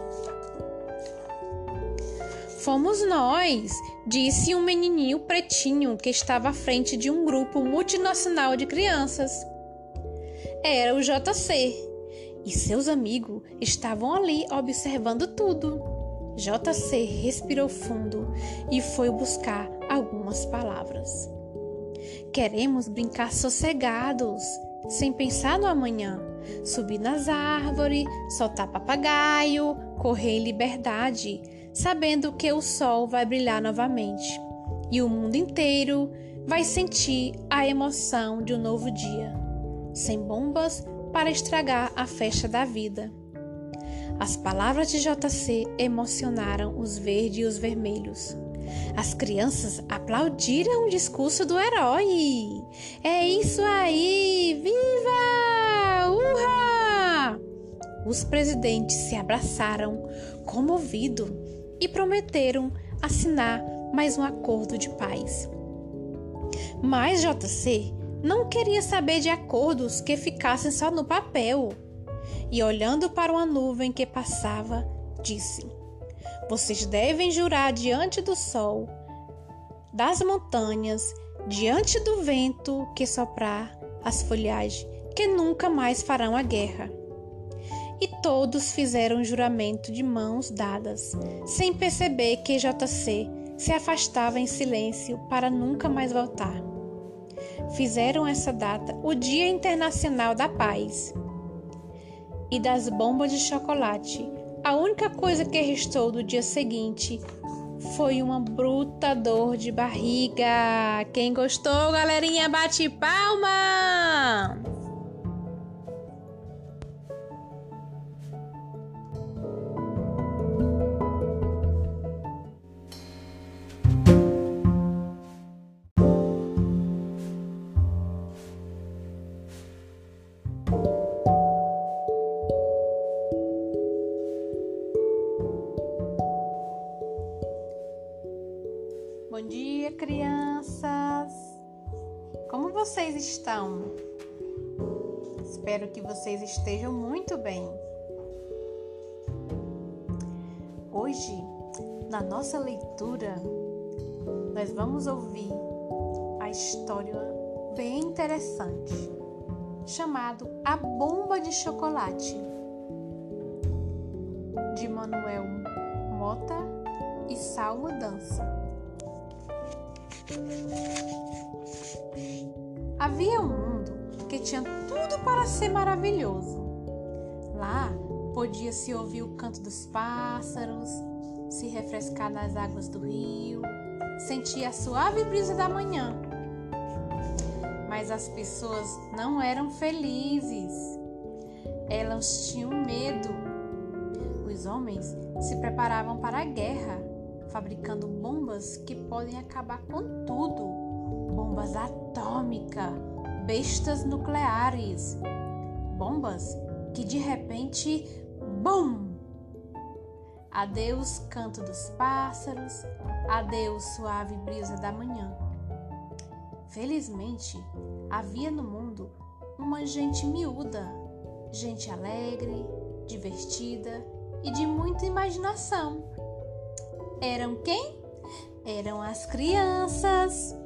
A: Fomos nós, disse um menininho pretinho que estava à frente de um grupo multinacional de crianças. Era o J C. e seus amigos estavam ali observando tudo. J C respirou fundo e foi buscar algumas palavras. Queremos brincar sossegados, sem pensar no amanhã. Subir nas árvores, soltar papagaio, correr em liberdade, sabendo que o sol vai brilhar novamente e o mundo inteiro vai sentir a emoção de um novo dia, sem bombas para estragar a festa da vida. As palavras de J C emocionaram os verdes e os vermelhos. As crianças aplaudiram o discurso do herói. É isso aí! Viva! Urra! Os presidentes se abraçaram, comovidos, e prometeram assinar mais um acordo de paz. Mas J C não queria saber de acordos que ficassem só no papel. E olhando para uma nuvem que passava, disse: vocês devem jurar diante do sol, das montanhas, diante do vento que soprar as folhagens, que nunca mais farão a guerra. E todos fizeram um juramento de mãos dadas, sem perceber que J C se afastava em silêncio para nunca mais voltar. Fizeram essa data o Dia Internacional da Paz e das bombas de chocolate. A única coisa que restou do dia seguinte foi uma bruta dor de barriga. Quem gostou, galerinha, bate palma! Bom dia, crianças! Como vocês estão? Espero que vocês estejam muito bem. Hoje, na nossa leitura, nós vamos ouvir a história bem interessante, chamado A Bomba de Chocolate, de Manuel Mota e Salmo Dança. Havia um mundo que tinha tudo para ser maravilhoso. Lá podia-se ouvir o canto dos pássaros, se refrescar nas águas do rio, sentir a suave brisa da manhã. Mas as pessoas não eram felizes. Elas tinham medo. Os homens se preparavam para a guerra, fabricando bombas que podem acabar com tudo. Bombas atômicas, bestas nucleares. Bombas que de repente, bum! Adeus canto dos pássaros, adeus suave brisa da manhã. Felizmente, havia no mundo uma gente miúda, gente alegre, divertida e de muita imaginação. Eram quem? Eram as crianças.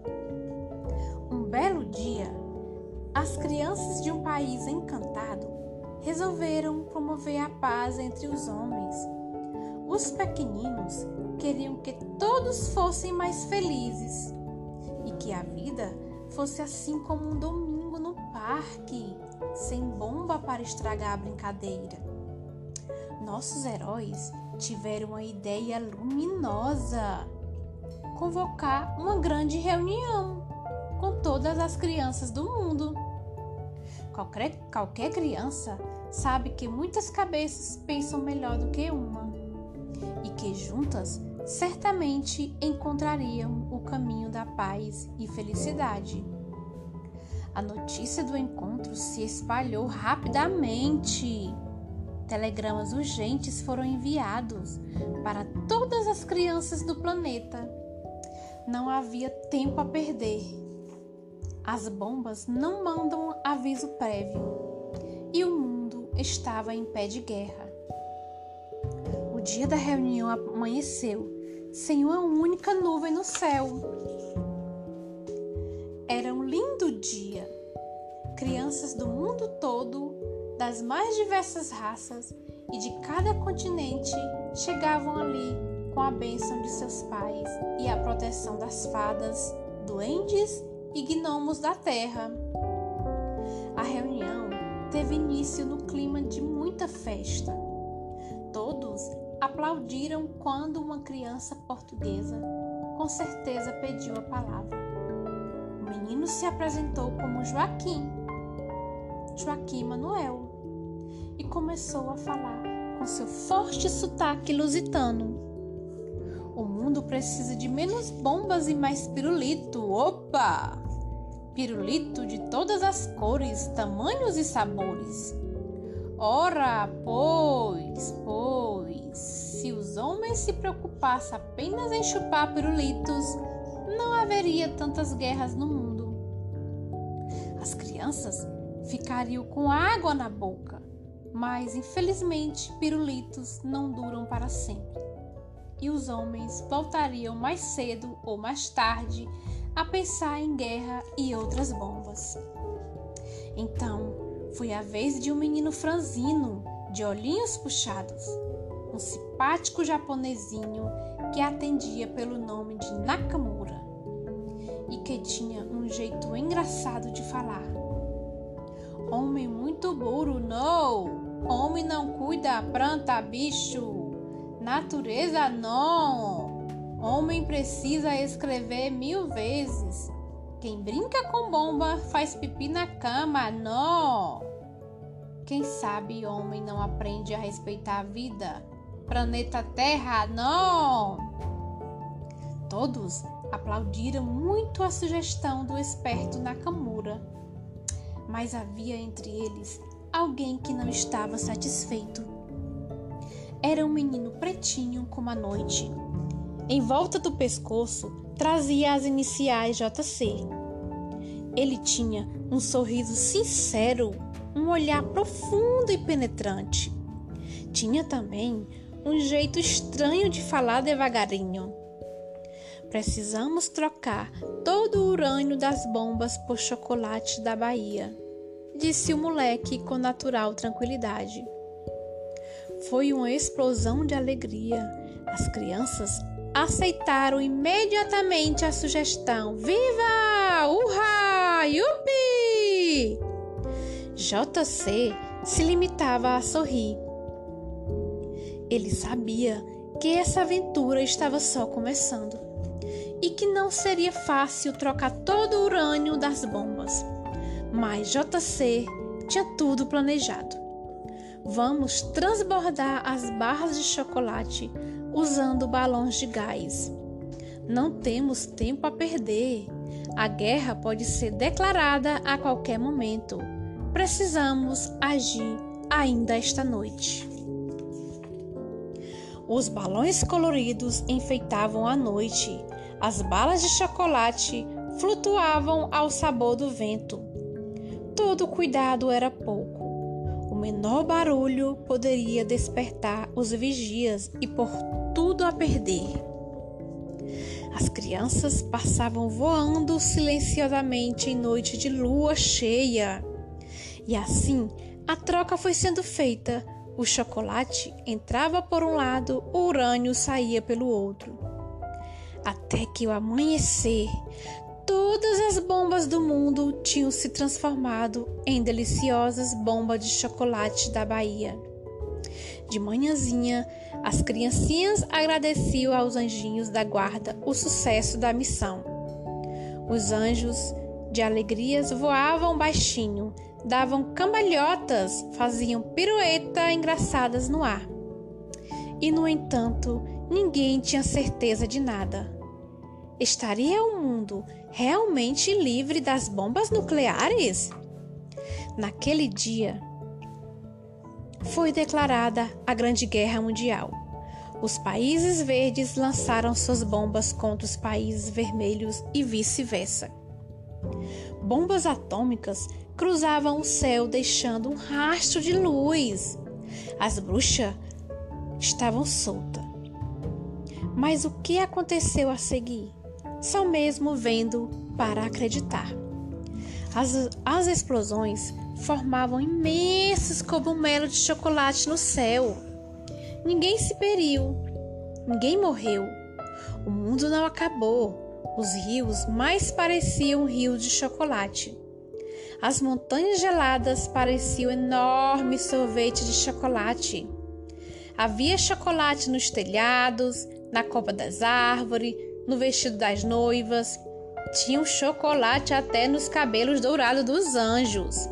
A: Um belo dia, as crianças de um país encantado resolveram promover a paz entre os homens. Os pequeninos queriam que todos fossem mais felizes e que a vida fosse assim como um domingo no parque, sem bomba para estragar a brincadeira. Nossos heróis tiveram uma ideia luminosa: convocar uma grande reunião com todas as crianças do mundo. Qualquer, qualquer criança sabe que muitas cabeças pensam melhor do que uma e que juntas certamente encontrariam o caminho da paz e felicidade. A notícia do encontro se espalhou rapidamente. Telegramas urgentes foram enviados para todas as crianças do planeta. Não havia tempo a perder. As bombas não mandam aviso prévio e o mundo estava em pé de guerra. O dia da reunião amanheceu sem uma única nuvem no céu. Era um lindo dia. Crianças do mundo todo, das mais diversas raças e de cada continente chegavam ali com a bênção de seus pais e a proteção das fadas, duendes e gnomos da terra. A reunião teve início no clima de muita festa. Todos aplaudiram quando uma criança portuguesa com certeza pediu a palavra. O menino se apresentou como Joaquim, Joaquim Manuel, e começou a falar com seu forte sotaque lusitano. O mundo precisa de menos bombas e mais pirulito. Opa! Pirulito de todas as cores, tamanhos e sabores. Ora, pois, pois, se os homens se preocupassem apenas em chupar pirulitos, não haveria tantas guerras no mundo. As crianças ficariam com água na boca, mas infelizmente pirulitos não duram para sempre. E os homens voltariam mais cedo ou mais tarde a pensar em guerra e outras bombas. Então, foi a vez de um menino franzino, de olhinhos puxados, um simpático japonesinho que atendia pelo nome de Nakamura e que tinha um jeito engraçado de falar. Homem muito burro, não! Homem não cuida, planta, bicho! Natureza, não! Homem precisa escrever mil vezes. Quem brinca com bomba faz pipi na cama, não! Quem sabe homem não aprende a respeitar a vida? Planeta Terra, não! Todos aplaudiram muito a sugestão do esperto Nakamura, mas havia entre eles alguém que não estava satisfeito. Era um menino pretinho como a noite. Em volta do pescoço trazia as iniciais J C. Ele tinha um sorriso sincero, um olhar profundo e penetrante. Tinha também um jeito estranho de falar devagarinho. Precisamos trocar todo o urânio das bombas por chocolate da Bahia, disse o moleque com natural tranquilidade. Foi uma explosão de alegria. As crianças aceitaram imediatamente a sugestão. Viva! Urra! Yupi! J C se limitava a sorrir. Ele sabia que essa aventura estava só começando e que não seria fácil trocar todo o urânio das bombas. Mas J C tinha tudo planejado. Vamos transbordar as barras de chocolate usando balões de gás. Não temos tempo a perder. A guerra pode ser declarada a qualquer momento. Precisamos agir ainda esta noite. Os balões coloridos enfeitavam a noite. As balas de chocolate flutuavam ao sabor do vento. Todo cuidado era pouco. O menor barulho poderia despertar os vigias e pôr tudo a perder. As crianças passavam voando silenciosamente em noite de lua cheia. E assim a troca foi sendo feita. O chocolate entrava por um lado, o urânio saía pelo outro. Até que ao amanhecer, todas as bombas do mundo tinham se transformado em deliciosas bombas de chocolate da Bahia. De manhãzinha, as criancinhas agradeciam aos anjinhos da guarda o sucesso da missão. Os anjos de alegrias voavam baixinho, davam cambalhotas, faziam pirueta engraçadas no ar. E, no entanto, ninguém tinha certeza de nada. Estaria o mundo realmente livre das bombas nucleares? Naquele dia, foi declarada a Grande Guerra Mundial. Os países verdes lançaram suas bombas contra os países vermelhos e vice-versa. Bombas atômicas cruzavam o céu deixando um rastro de luz. As bruxas estavam soltas. Mas o que aconteceu a seguir? Só mesmo vendo para acreditar. As, as explosões formavam imensos cogumelos de chocolate no céu. Ninguém se feriu, ninguém morreu. O mundo não acabou. Os rios mais pareciam rios de chocolate. As montanhas geladas pareciam enormes sorvetes de chocolate. Havia chocolate nos telhados, na copa das árvores, no vestido das noivas. Tinha um chocolate até nos cabelos dourados dos anjos.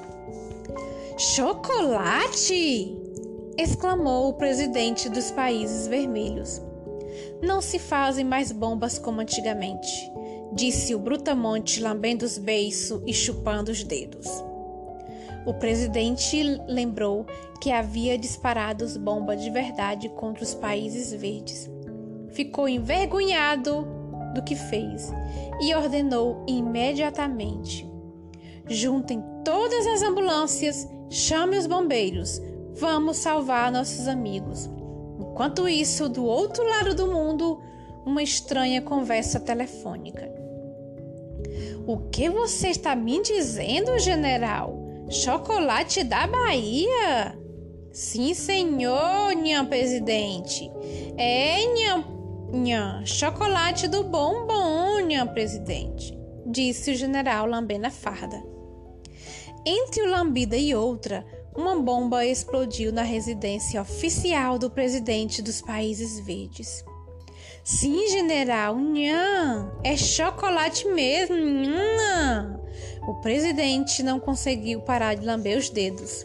A: Chocolate! Exclamou o presidente dos Países Vermelhos. Não se fazem mais bombas como antigamente, disse o Brutamonte, lambendo os beiços e chupando os dedos. O presidente lembrou que havia disparado bombas de verdade contra os Países Verdes. Ficou envergonhado do que fez e ordenou imediatamente: juntem todas as ambulâncias, chame os bombeiros, vamos salvar nossos amigos. Enquanto isso, do outro lado do mundo, uma estranha conversa telefônica. O que você está me dizendo, general? Chocolate da Bahia? Sim, senhor, nhã presidente. É, nhã, nhã, chocolate do bombom, nhã presidente, disse o general lambendo a farda. Entre uma lambida e outra, uma bomba explodiu na residência oficial do presidente dos Países Verdes. Sim, general, nhã, é chocolate mesmo, nhã. O presidente não conseguiu parar de lamber os dedos.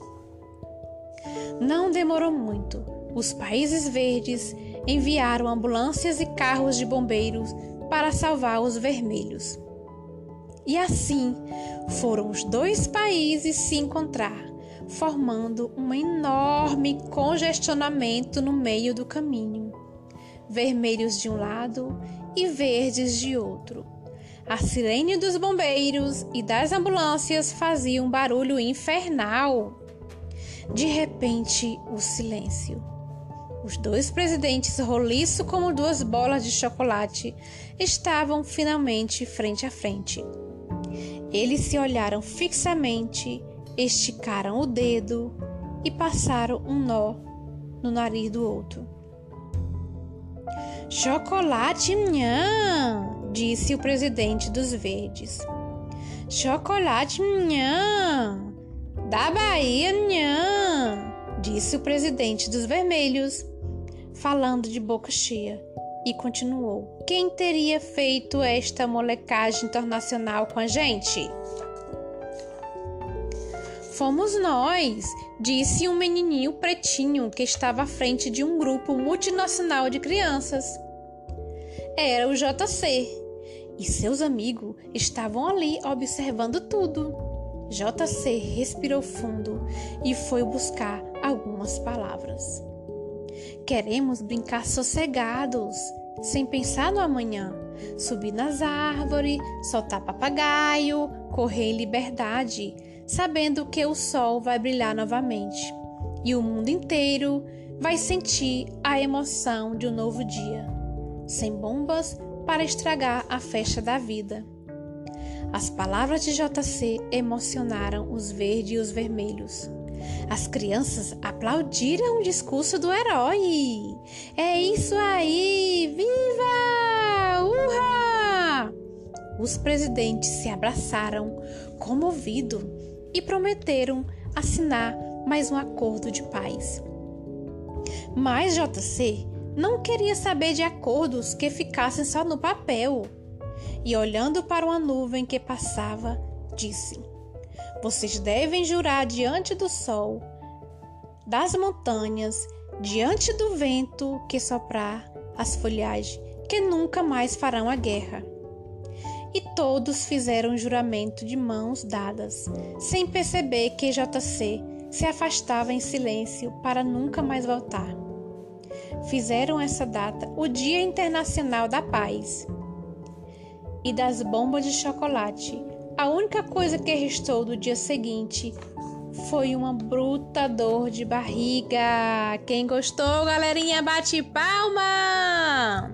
A: Não demorou muito. Os Países Verdes enviaram ambulâncias e carros de bombeiros para salvar os vermelhos. E assim foram os dois países se encontrar, formando um enorme congestionamento no meio do caminho. Vermelhos de um lado e verdes de outro. A sirene dos bombeiros e das ambulâncias fazia um barulho infernal. De repente, o silêncio. Os dois presidentes, roliços como duas bolas de chocolate, estavam finalmente frente a frente. Eles se olharam fixamente, esticaram o dedo e passaram um nó no nariz do outro. Chocolate, nhã, disse o presidente dos Verdes. Chocolate, nhã, da Bahia, nhã, disse o presidente dos Vermelhos, falando de boca cheia, e continuou. Quem teria feito esta molecagem internacional com a gente? Fomos nós, disse um menininho pretinho que estava à frente de um grupo multinacional de crianças. Era o J C, e seus amigos estavam ali observando tudo. J C respirou fundo e foi buscar algumas palavras. Queremos brincar sossegados, sem pensar no amanhã, subir nas árvores, soltar papagaio, correr em liberdade, sabendo que o sol vai brilhar novamente e o mundo inteiro vai sentir a emoção de um novo dia, sem bombas para estragar a festa da vida. As palavras de J C emocionaram os verdes e os vermelhos. As crianças aplaudiram o discurso do herói. É isso aí! Viva! Urra! Os presidentes se abraçaram, comovidos, e prometeram assinar mais um acordo de paz. Mas J C não queria saber de acordos que ficassem só no papel. E olhando para uma nuvem que passava, disse: vocês devem jurar diante do sol, das montanhas, diante do vento que soprar as folhagens, que nunca mais farão a guerra. E todos fizeram um juramento de mãos dadas, sem perceber que J C se afastava em silêncio para nunca mais voltar. Fizeram essa data o Dia Internacional da Paz e das bombas de chocolate. A única coisa que restou do dia seguinte foi uma bruta dor de barriga. Quem gostou, galerinha, bate palma!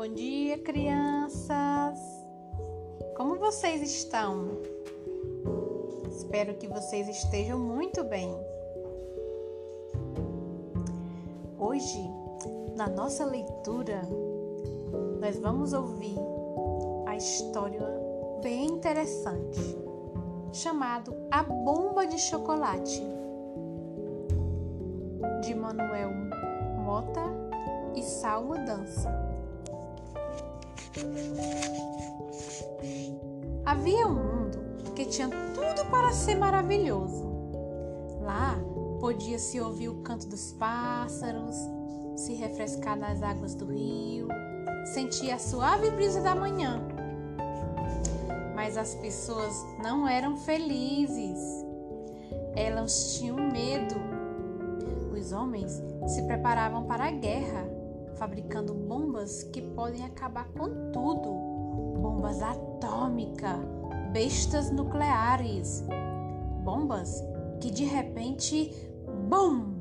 A: Bom dia, crianças! Como vocês estão? Espero que vocês estejam muito bem. Hoje, na nossa leitura, nós vamos ouvir a história bem interessante, chamado A Bomba de Chocolate, de Manuel Mota e Salmo Dança. Havia um mundo que tinha tudo para ser maravilhoso. Lá podia-se ouvir o canto dos pássaros, se refrescar nas águas do rio, sentir a suave brisa da manhã. Mas as pessoas não eram felizes. Elas tinham medo. Os homens se preparavam para a guerra, fabricando bombas que podem acabar com tudo. Bombas atômicas, bestas nucleares. Bombas que de repente, bum!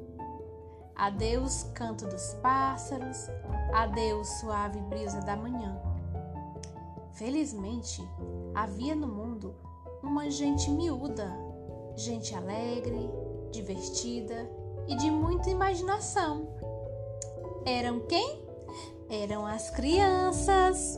A: Adeus canto dos pássaros, adeus suave brisa da manhã. Felizmente, havia no mundo uma gente miúda, gente alegre, divertida e de muita imaginação. Eram quem? Eram as crianças.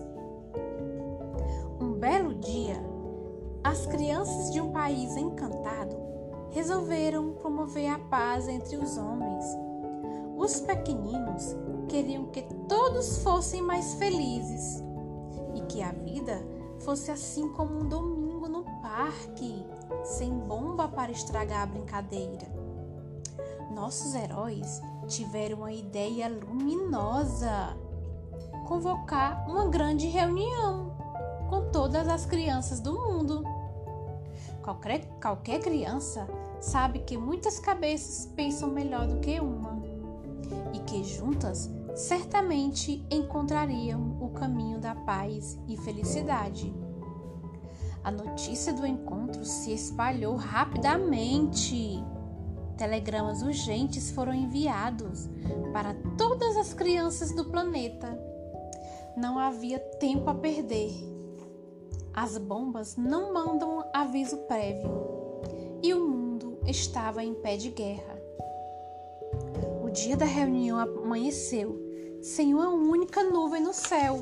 A: Um belo dia, as crianças de um país encantado resolveram promover a paz entre os homens. Os pequeninos queriam que todos fossem mais felizes e que a vida fosse assim como um domingo no parque, sem bomba para estragar a brincadeira. Nossos heróis tiveram a ideia luminosa: convocar uma grande reunião com todas as crianças do mundo. Qualquer, qualquer criança sabe que muitas cabeças pensam melhor do que uma e que juntas certamente encontrariam o caminho da paz e felicidade. A notícia do encontro se espalhou rapidamente. Telegramas urgentes foram enviados para todas as crianças do planeta. Não havia tempo a perder. As bombas não mandam aviso prévio e o mundo estava em pé de guerra. O dia da reunião amanheceu sem uma única nuvem no céu.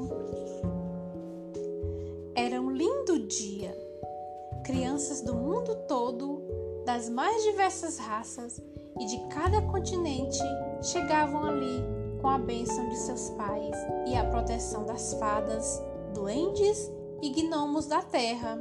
A: Era um lindo dia. Crianças do mundo todo, das mais diversas raças e de cada continente, chegavam ali com a bênção de seus pais e a proteção das fadas, duendes e gnomos da terra.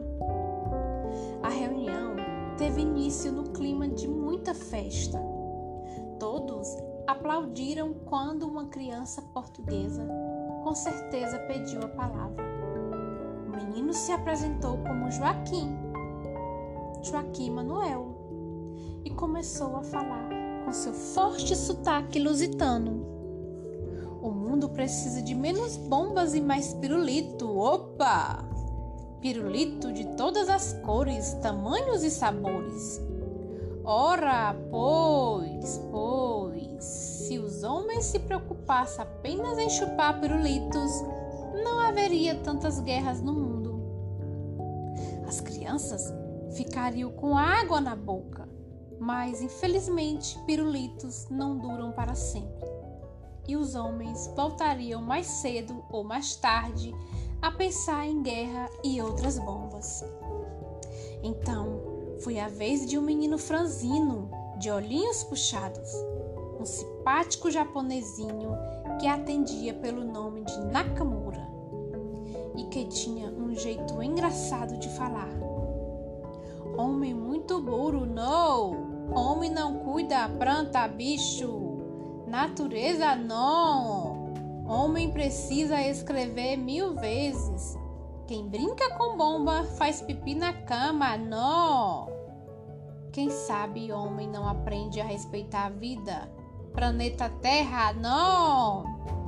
A: A reunião teve início no clima de muita festa. Todos aplaudiram quando uma criança portuguesa com certeza pediu a palavra. O menino se apresentou como Joaquim, Joaquim Manuel, e começou a falar com seu forte sotaque lusitano. O mundo precisa de menos bombas e mais pirulito. Opa! Pirulito de todas as cores, tamanhos e sabores. Ora, pois, pois, se os homens se preocupassem apenas em chupar pirulitos, não haveria tantas guerras no mundo. As crianças ficariam com água na boca, mas infelizmente pirulitos não duram para sempre. E os homens voltariam mais cedo ou mais tarde a pensar em guerra e outras bombas. Então, foi a vez de um menino franzino, de olhinhos puxados, um simpático japonesinho que atendia pelo nome de Nakamura e que tinha um jeito engraçado de falar. Homem muito burro, não! Homem não cuida, planta, bicho! Natureza, não! Homem precisa escrever mil vezes. Quem brinca com bomba faz pipi na cama, não! Quem sabe homem não aprende a respeitar a vida? Planeta Terra, não!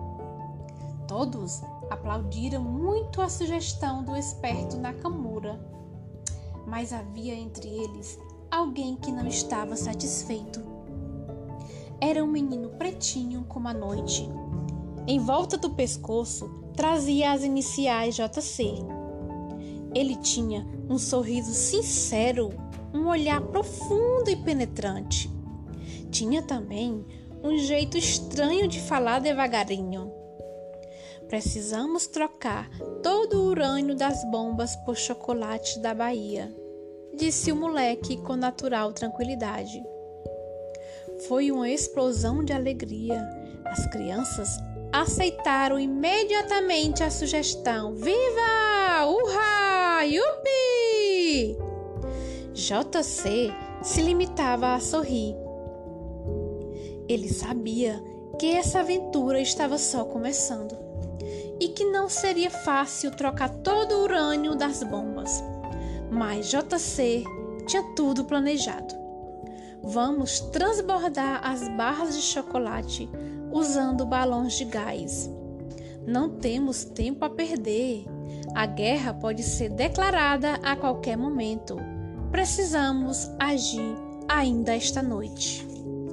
A: Todos aplaudiram muito a sugestão do esperto Nakamura, mas havia entre eles alguém que não estava satisfeito. Era um menino pretinho como a noite. Em volta do pescoço trazia as iniciais J C. Ele tinha um sorriso sincero, um olhar profundo e penetrante. Tinha também um jeito estranho de falar devagarinho. Precisamos trocar todo o urânio das bombas por chocolate da Bahia, disse o moleque com natural tranquilidade. Foi uma explosão de alegria. As crianças aceitaram imediatamente a sugestão. Viva! Urra! Yupi! J C se limitava a sorrir. Ele sabia que essa aventura estava só começando e que não seria fácil trocar todo o urânio das bombas. Mas J C tinha tudo planejado. Vamos transbordar as barras de chocolate usando balões de gás. Não temos tempo a perder. A guerra pode ser declarada a qualquer momento. Precisamos agir ainda esta noite.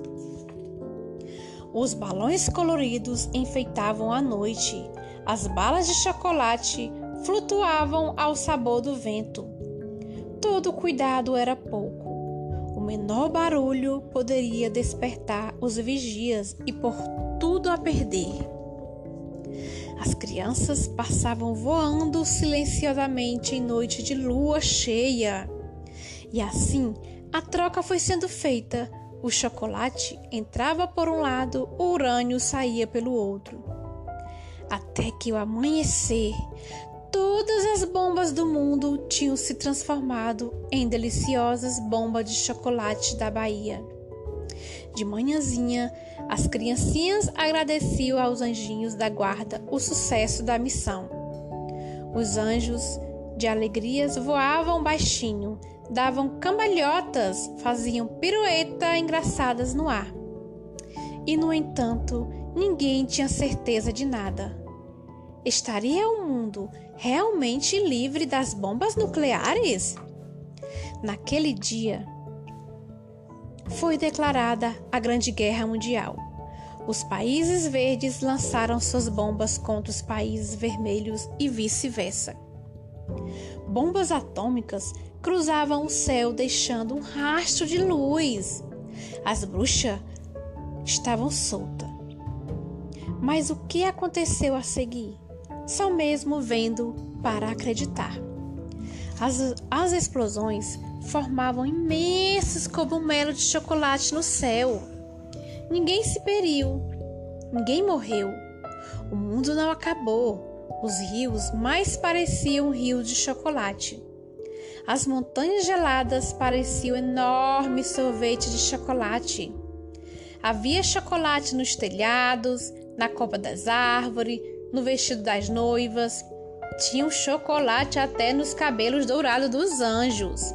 A: Os balões coloridos enfeitavam a noite. As balas de chocolate flutuavam ao sabor do vento. Todo cuidado era pouco. O menor barulho poderia despertar os vigias e pôr tudo a perder. As crianças passavam voando silenciosamente em noite de lua cheia. E assim a troca foi sendo feita. O chocolate entrava por um lado, o urânio saía pelo outro. Até que ao amanhecer, todas as bombas do mundo tinham se transformado em deliciosas bombas de chocolate da Bahia. De manhãzinha, as criancinhas agradeciam aos anjinhos da guarda o sucesso da missão. Os anjos de alegrias voavam baixinho, davam cambalhotas, faziam piruetas engraçadas no ar. E, no entanto, ninguém tinha certeza de nada. Estaria o mundo realmente livre das bombas nucleares? Naquele dia, foi declarada a Grande Guerra Mundial. Os países verdes lançaram suas bombas contra os países vermelhos e vice-versa. Bombas atômicas cruzavam o céu deixando um rastro de luz. As bruxas estavam soltas. Mas o que aconteceu a seguir? Só mesmo vendo para acreditar. As, as explosões formavam imensos cogumelos de chocolate no céu. Ninguém se feriu, ninguém morreu. O mundo não acabou. Os rios mais pareciam rios de chocolate. As montanhas geladas pareciam enormes sorvetes de chocolate. Havia chocolate nos telhados, na copa das árvores, no vestido das noivas. Tinha um chocolate até nos cabelos dourados dos anjos.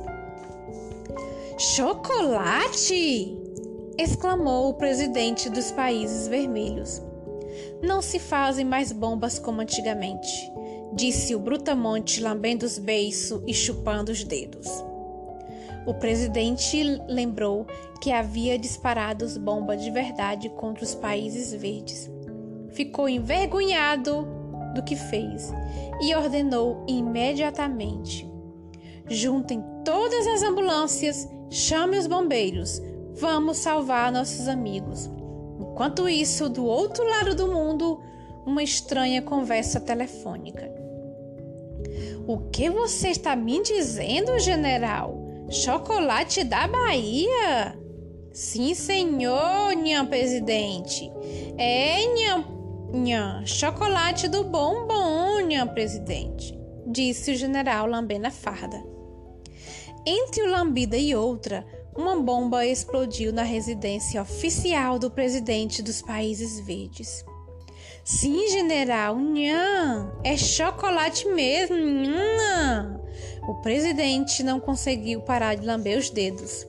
A: Chocolate! Exclamou o presidente dos países vermelhos. Não se fazem mais bombas como antigamente, disse o Brutamonte lambendo os beiços e chupando os dedos. O presidente lembrou que havia disparado bombas de verdade contra os países verdes. Ficou envergonhado do que fez e ordenou imediatamente: juntem todas as ambulâncias, chame os bombeiros, vamos salvar nossos amigos. Enquanto isso, do outro lado do mundo, uma estranha conversa telefônica. O que você está me dizendo, general? Chocolate da Bahia? Sim, senhor, nhã presidente. É, nhã, nhã, chocolate do bombom, nhã presidente, disse o general lambendo a farda. Entre uma lambida e outra, uma bomba explodiu na residência oficial do presidente dos países verdes. Sim, general, nhã, é chocolate mesmo, nhã. O presidente não conseguiu parar de lamber os dedos.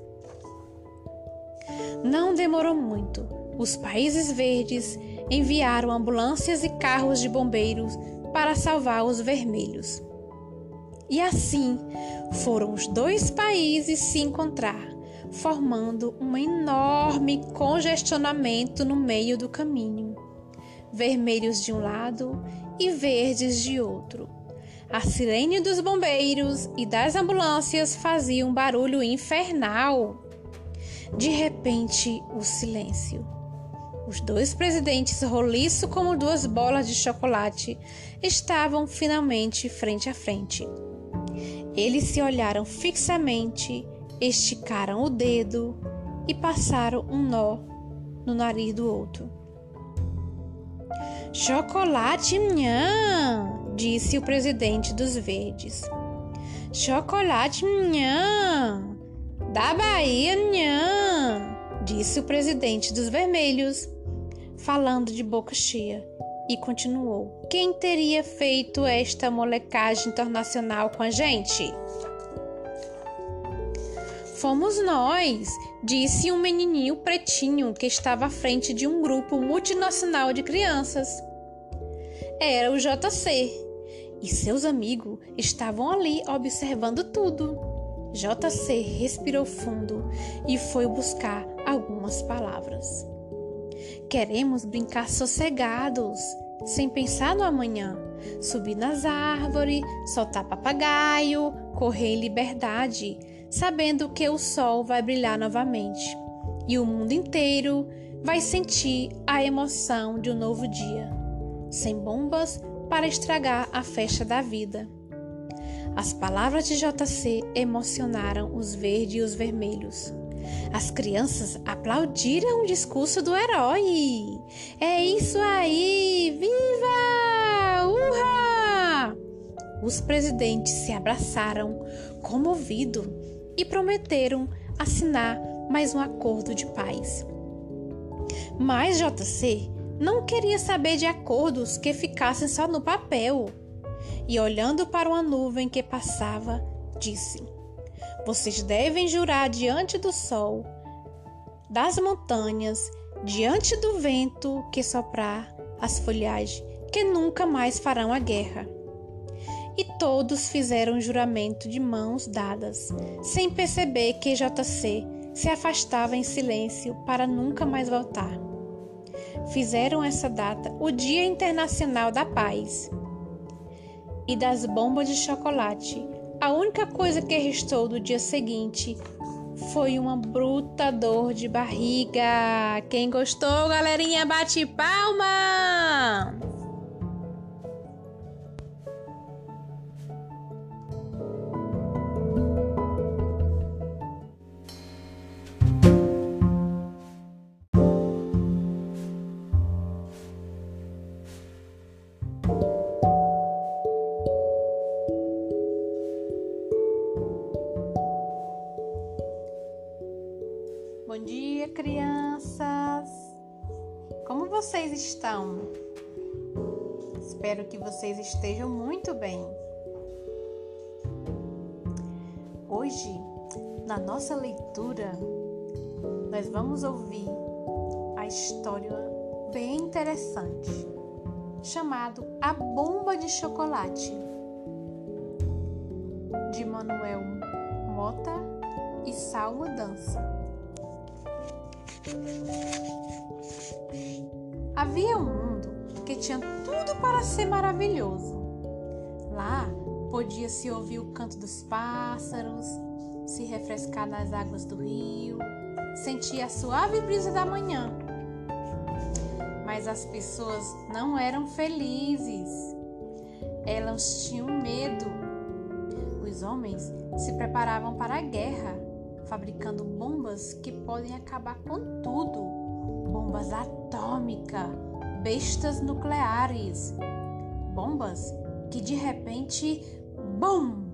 A: Não demorou muito. Os países verdes enviaram ambulâncias e carros de bombeiros para salvar os vermelhos. E assim foram os dois países se encontrar, formando um enorme congestionamento no meio do caminho. vermelhos de um lado e verdes de outro. A sirene dos bombeiros e das ambulâncias fazia um barulho infernal. De repente, o silêncio. Os dois presidentes, roliços como duas bolas de chocolate, estavam finalmente frente a frente. Eles se olharam fixamente, esticaram o dedo e passaram um nó no nariz do outro. Chocolate, nhã, disse o presidente dos verdes. Chocolate, nhã, da Bahia, nhã, disse o presidente dos vermelhos, falando de boca cheia, e continuou. Quem teria feito esta molecagem internacional com a gente? Fomos nós, disse um menininho pretinho que estava à frente de um grupo multinacional de crianças. Era o J C, e seus amigos estavam ali observando tudo. J C respirou fundo e foi buscar algumas palavras. Queremos brincar sossegados, sem pensar no amanhã, subir nas árvores, soltar papagaio, correr em liberdade, sabendo que o sol vai brilhar novamente e o mundo inteiro vai sentir a emoção de um novo dia, sem bombas para estragar a festa da vida. As palavras de J C emocionaram os verdes e os vermelhos. As crianças aplaudiram o discurso do herói. É isso aí! Viva! Urra! Os presidentes se abraçaram, comovidos, e prometeram assinar mais um acordo de paz. Mas J C não queria saber de acordos que ficassem só no papel. E olhando para uma nuvem que passava, disse: vocês devem jurar diante do sol, das montanhas, diante do vento que soprar as folhagens, que nunca mais farão a guerra. E todos fizeram um juramento de mãos dadas, sem perceber que J C se afastava em silêncio para nunca mais voltar. Fizeram essa data o Dia Internacional da Paz e das bombas de chocolate. A única coisa que restou do dia seguinte foi uma bruta dor de barriga. Quem gostou, galerinha, bate palma! Bom dia, crianças! Como vocês estão? Espero que vocês estejam muito bem. Hoje, na nossa leitura, nós vamos ouvir a história bem interessante, chamado A Bomba de Chocolate, de Manuel Mota e Salmo Dança. Havia um mundo que tinha tudo para ser maravilhoso. Lá podia-se ouvir o canto dos pássaros, se refrescar nas águas do rio, sentir a suave brisa da manhã. Mas as pessoas não eram felizes. Elas tinham medo. Os homens se preparavam para a guerra, fabricando bombas que podem acabar com tudo. Bombas atômicas, bestas nucleares. Bombas que de repente, bum!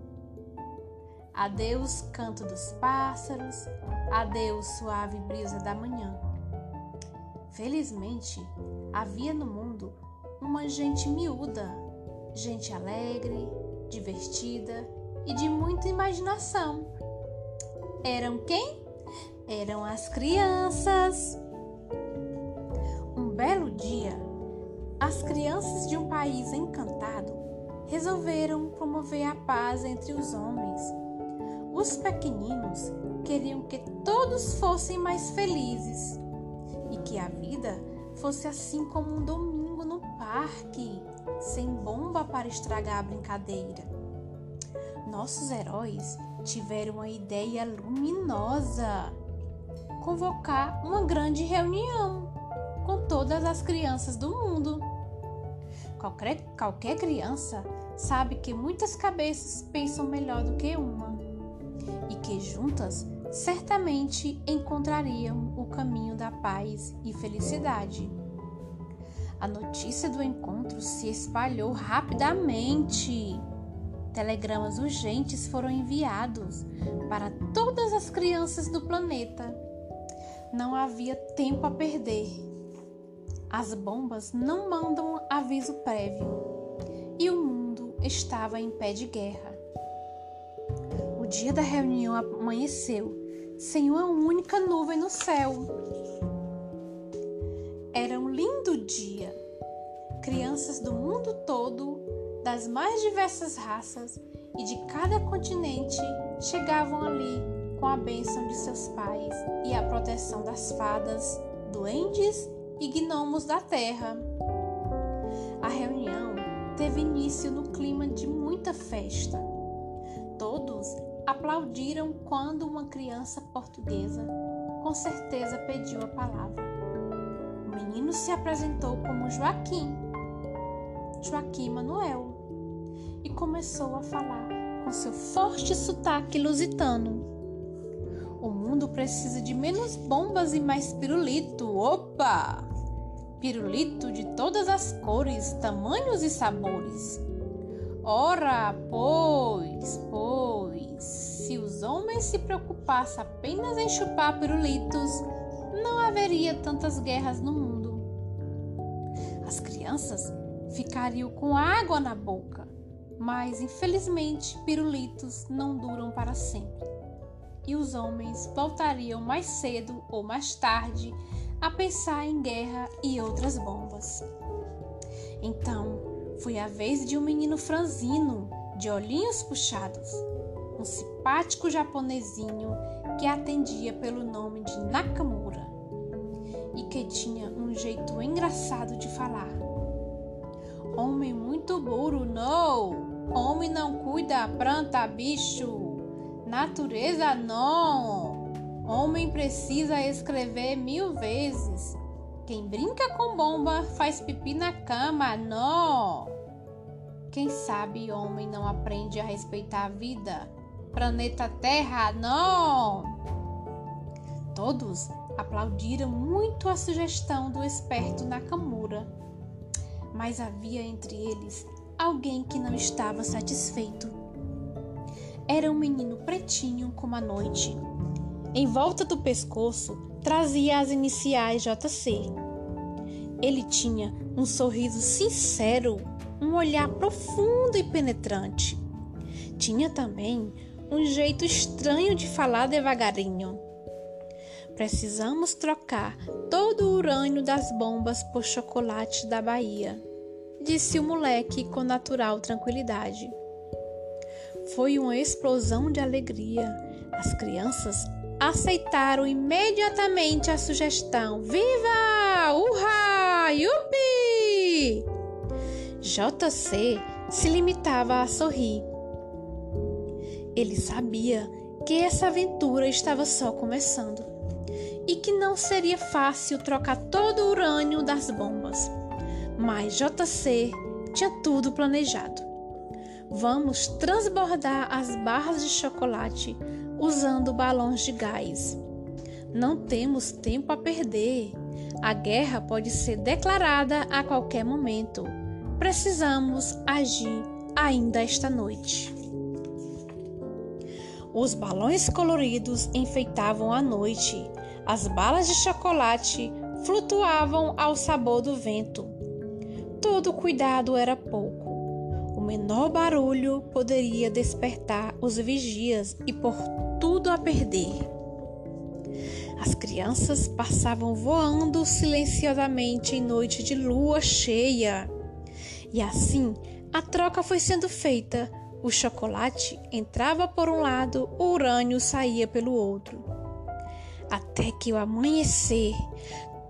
A: Adeus canto dos pássaros, adeus suave brisa da manhã. Felizmente, havia no mundo uma gente miúda, gente alegre, divertida e de muita imaginação. Eram quem? Eram as crianças. Um belo dia, as crianças de um país encantado resolveram promover a paz entre os homens. Os pequeninos queriam que todos fossem mais felizes e que a vida fosse assim como um domingo no parque, sem bomba para estragar a brincadeira. Nossos heróis tiveram uma ideia luminosa: convocar uma grande reunião com todas as crianças do mundo. Qualquer, qualquer criança sabe que muitas cabeças pensam melhor do que uma e que juntas certamente encontrariam o caminho da paz e felicidade. A notícia do encontro se espalhou rapidamente. Telegramas urgentes foram enviados para todas as crianças do planeta. Não havia tempo a perder. As bombas não mandam aviso prévio e o mundo estava em pé de guerra. O dia da reunião amanheceu sem uma única nuvem no céu. Era um lindo dia. Crianças do mundo todo, das mais diversas raças e de cada continente, chegavam ali com a bênção de seus pais e a proteção das fadas, duendes e gnomos da terra. A reunião teve início no clima de muita festa. Todos aplaudiram quando uma criança portuguesa com certeza pediu a palavra. O menino se apresentou como Joaquim, Joaquim Manuel, e começou a falar com seu forte sotaque lusitano. O mundo precisa de menos bombas e mais pirulito. Opa! Pirulito de todas as cores, tamanhos e sabores. Ora, pois, pois, se os homens se preocupassem apenas em chupar pirulitos, não haveria tantas guerras no mundo. As crianças ficariam com água na boca, mas infelizmente pirulitos não duram para sempre. E os homens voltariam mais cedo ou mais tarde a pensar em guerra e outras bombas. Então, foi a vez de um menino franzino, de olhinhos puxados, um simpático japonesinho que atendia pelo nome de Nakamura e que tinha um jeito engraçado de falar. Homem muito burro, não! Homem não cuida, planta, bicho! Natureza, não! Homem precisa escrever mil vezes. Quem brinca com bomba faz pipi na cama, não! Quem sabe homem não aprende a respeitar a vida? Planeta Terra, não! Todos aplaudiram muito a sugestão do esperto Nakamura, mas havia entre eles alguém que não estava satisfeito. Era um menino pretinho como a noite. Em volta do pescoço trazia as iniciais J C. Ele tinha um sorriso sincero, um olhar profundo e penetrante. Tinha também um jeito estranho de falar devagarinho. Precisamos trocar todo o urânio das bombas por chocolate da Bahia, disse o moleque com natural tranquilidade. Foi uma explosão de alegria. As crianças aceitaram imediatamente a sugestão. Viva! Urra! Yupi! J C se limitava a sorrir. Ele sabia que essa aventura estava só começando e que não seria fácil trocar todo o urânio das bombas. Mas J C tinha tudo planejado. Vamos transbordar as barras de chocolate usando balões de gás. Não temos tempo a perder. A guerra pode ser declarada a qualquer momento. Precisamos agir ainda esta noite. Os balões coloridos enfeitavam a noite. As balas de chocolate flutuavam ao sabor do vento. Todo cuidado era pouco. O menor barulho poderia despertar os vigias e pôr tudo a perder. As crianças passavam voando silenciosamente em noite de lua cheia. E assim, a troca foi sendo feita. O chocolate entrava por um lado, o urânio saía pelo outro. Até que ao amanhecer,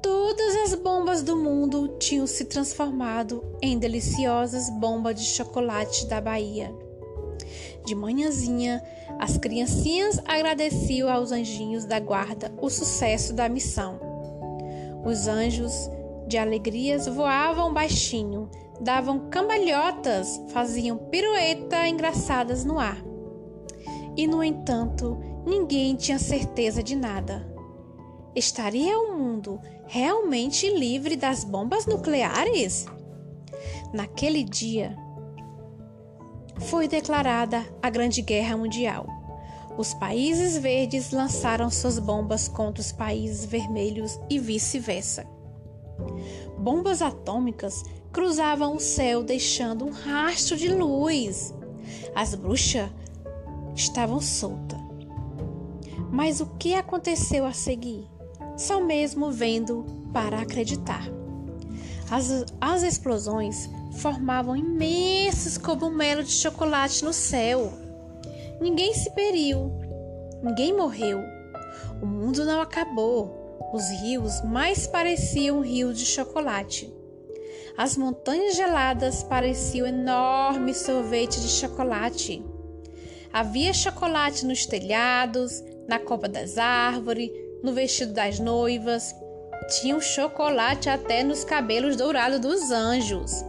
A: Todas as bombas do mundo tinham se transformado em deliciosas bombas de chocolate da Bahia. De manhãzinha, as criancinhas agradeciam aos anjinhos da guarda o sucesso da missão. Os anjos, de alegrias, voavam baixinho, davam cambalhotas, faziam piruetas engraçadas no ar. E, no entanto, ninguém tinha certeza de nada. Estaria o mundo realmente livre das bombas nucleares? Naquele dia, foi declarada a Grande Guerra Mundial. Os países verdes lançaram suas bombas contra os países vermelhos e vice-versa. Bombas atômicas cruzavam o céu deixando um rastro de luz. As bruxas estavam soltas. Mas o que aconteceu a seguir? Só mesmo vendo para acreditar. As, as explosões formavam imensos cogumelos de chocolate no céu. Ninguém se feriu, ninguém morreu. O mundo não acabou. Os rios mais pareciam rios de chocolate. As montanhas geladas pareciam enormes sorvetes de chocolate. Havia chocolate nos telhados, na copa das árvores, no vestido das noivas. Tinha um chocolate até nos cabelos dourados dos anjos.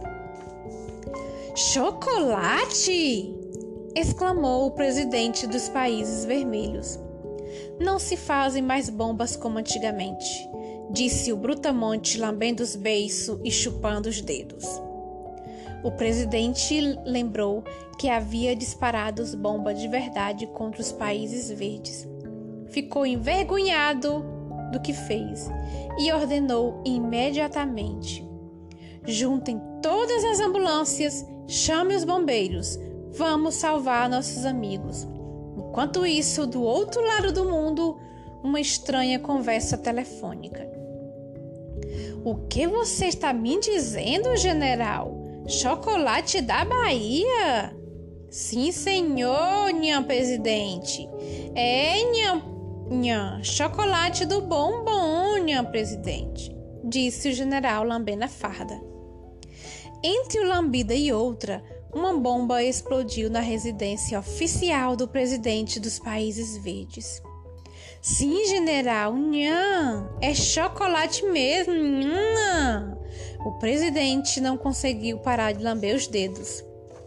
A: Chocolate! Exclamou o presidente dos países vermelhos. Não se fazem mais bombas como antigamente, disse o Brutamonte, lambendo os beiços e chupando os dedos. O presidente lembrou que havia disparado bombas de verdade contra os países verdes. Ficou envergonhado do que fez e ordenou imediatamente: juntem todas as ambulâncias, chame os bombeiros, vamos salvar nossos amigos. Enquanto isso, do outro lado do mundo, uma estranha conversa telefônica. O que você está me dizendo, general? Chocolate da Bahia? Sim, senhor, nhã presidente. É, nhã, nhã, chocolate do bombom, nhã presidente, disse o general lambendo a farda. Entre uma lambida e outra, uma bomba explodiu na residência oficial do presidente dos países verdes. Sim, general, nhã, é chocolate mesmo, nhã. O presidente não conseguiu parar de lamber os dedos.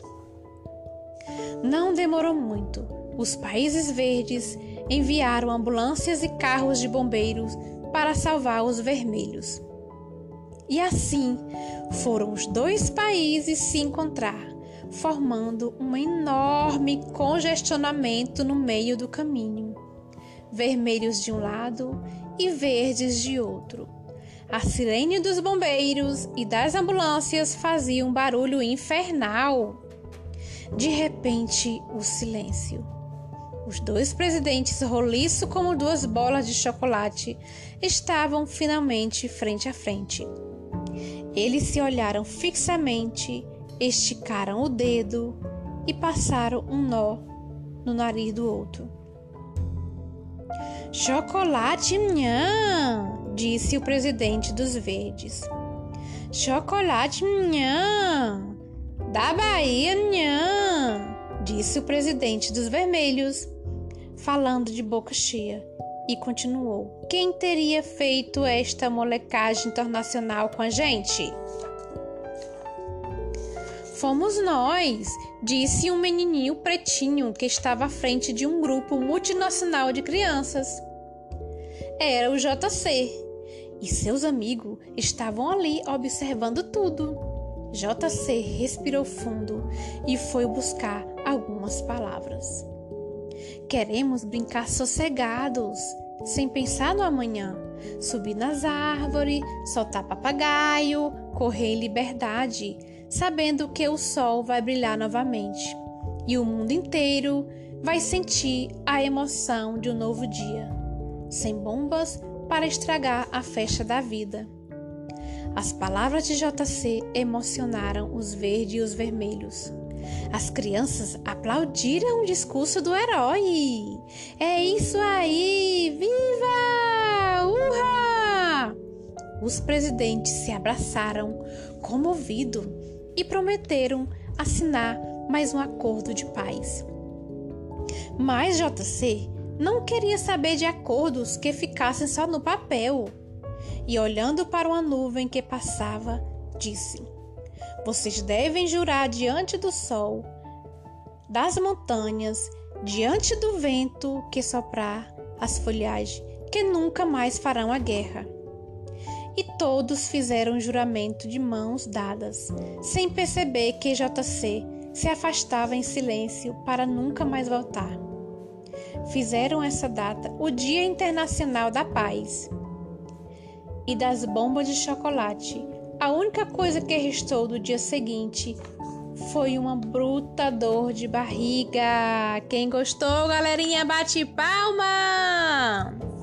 A: Não demorou muito. Os países verdes enviaram ambulâncias e carros de bombeiros para salvar os vermelhos. E assim foram os dois países se encontrar, formando um enorme congestionamento no meio do caminho. Vermelhos de um lado e verdes de outro. A sirene dos bombeiros e das ambulâncias fazia um barulho infernal. De repente, o silêncio. Os dois presidentes, roliços como duas bolas de chocolate, estavam finalmente frente a frente. Eles se olharam fixamente, esticaram o dedo e passaram um nó no nariz do outro. Chocolate, nhã, disse o presidente dos verdes. Chocolate, nhã, da Bahia, nhã, disse o presidente dos vermelhos, falando de boca cheia, e continuou. Quem teria feito esta molecagem internacional com a gente? Fomos nós, disse um menininho pretinho que estava à frente de um grupo multinacional de crianças. Era o J C, e seus amigos estavam ali observando tudo. J C respirou fundo e foi buscar algumas palavras. Queremos brincar sossegados, sem pensar no amanhã, subir nas árvores, soltar papagaio, correr em liberdade, sabendo que o sol vai brilhar novamente e o mundo inteiro vai sentir a emoção de um novo dia, sem bombas para estragar a festa da vida. As palavras de J C emocionaram os verdes e os vermelhos. As crianças aplaudiram o discurso do herói. É isso aí! Viva! Urra! Os presidentes se abraçaram, comovidos, e prometeram assinar mais um acordo de paz. Mas J C não queria saber de acordos que ficassem só no papel. E olhando para uma nuvem que passava, disse: vocês devem jurar diante do sol, das montanhas, diante do vento que soprar as folhagens, que nunca mais farão a guerra. E todos fizeram juramento de mãos dadas, sem perceber que J C se afastava em silêncio para nunca mais voltar. Fizeram essa data o Dia Internacional da Paz e das bombas de chocolate. A única coisa que restou do dia seguinte foi uma bruta dor de barriga. Quem gostou, galerinha, bate palma!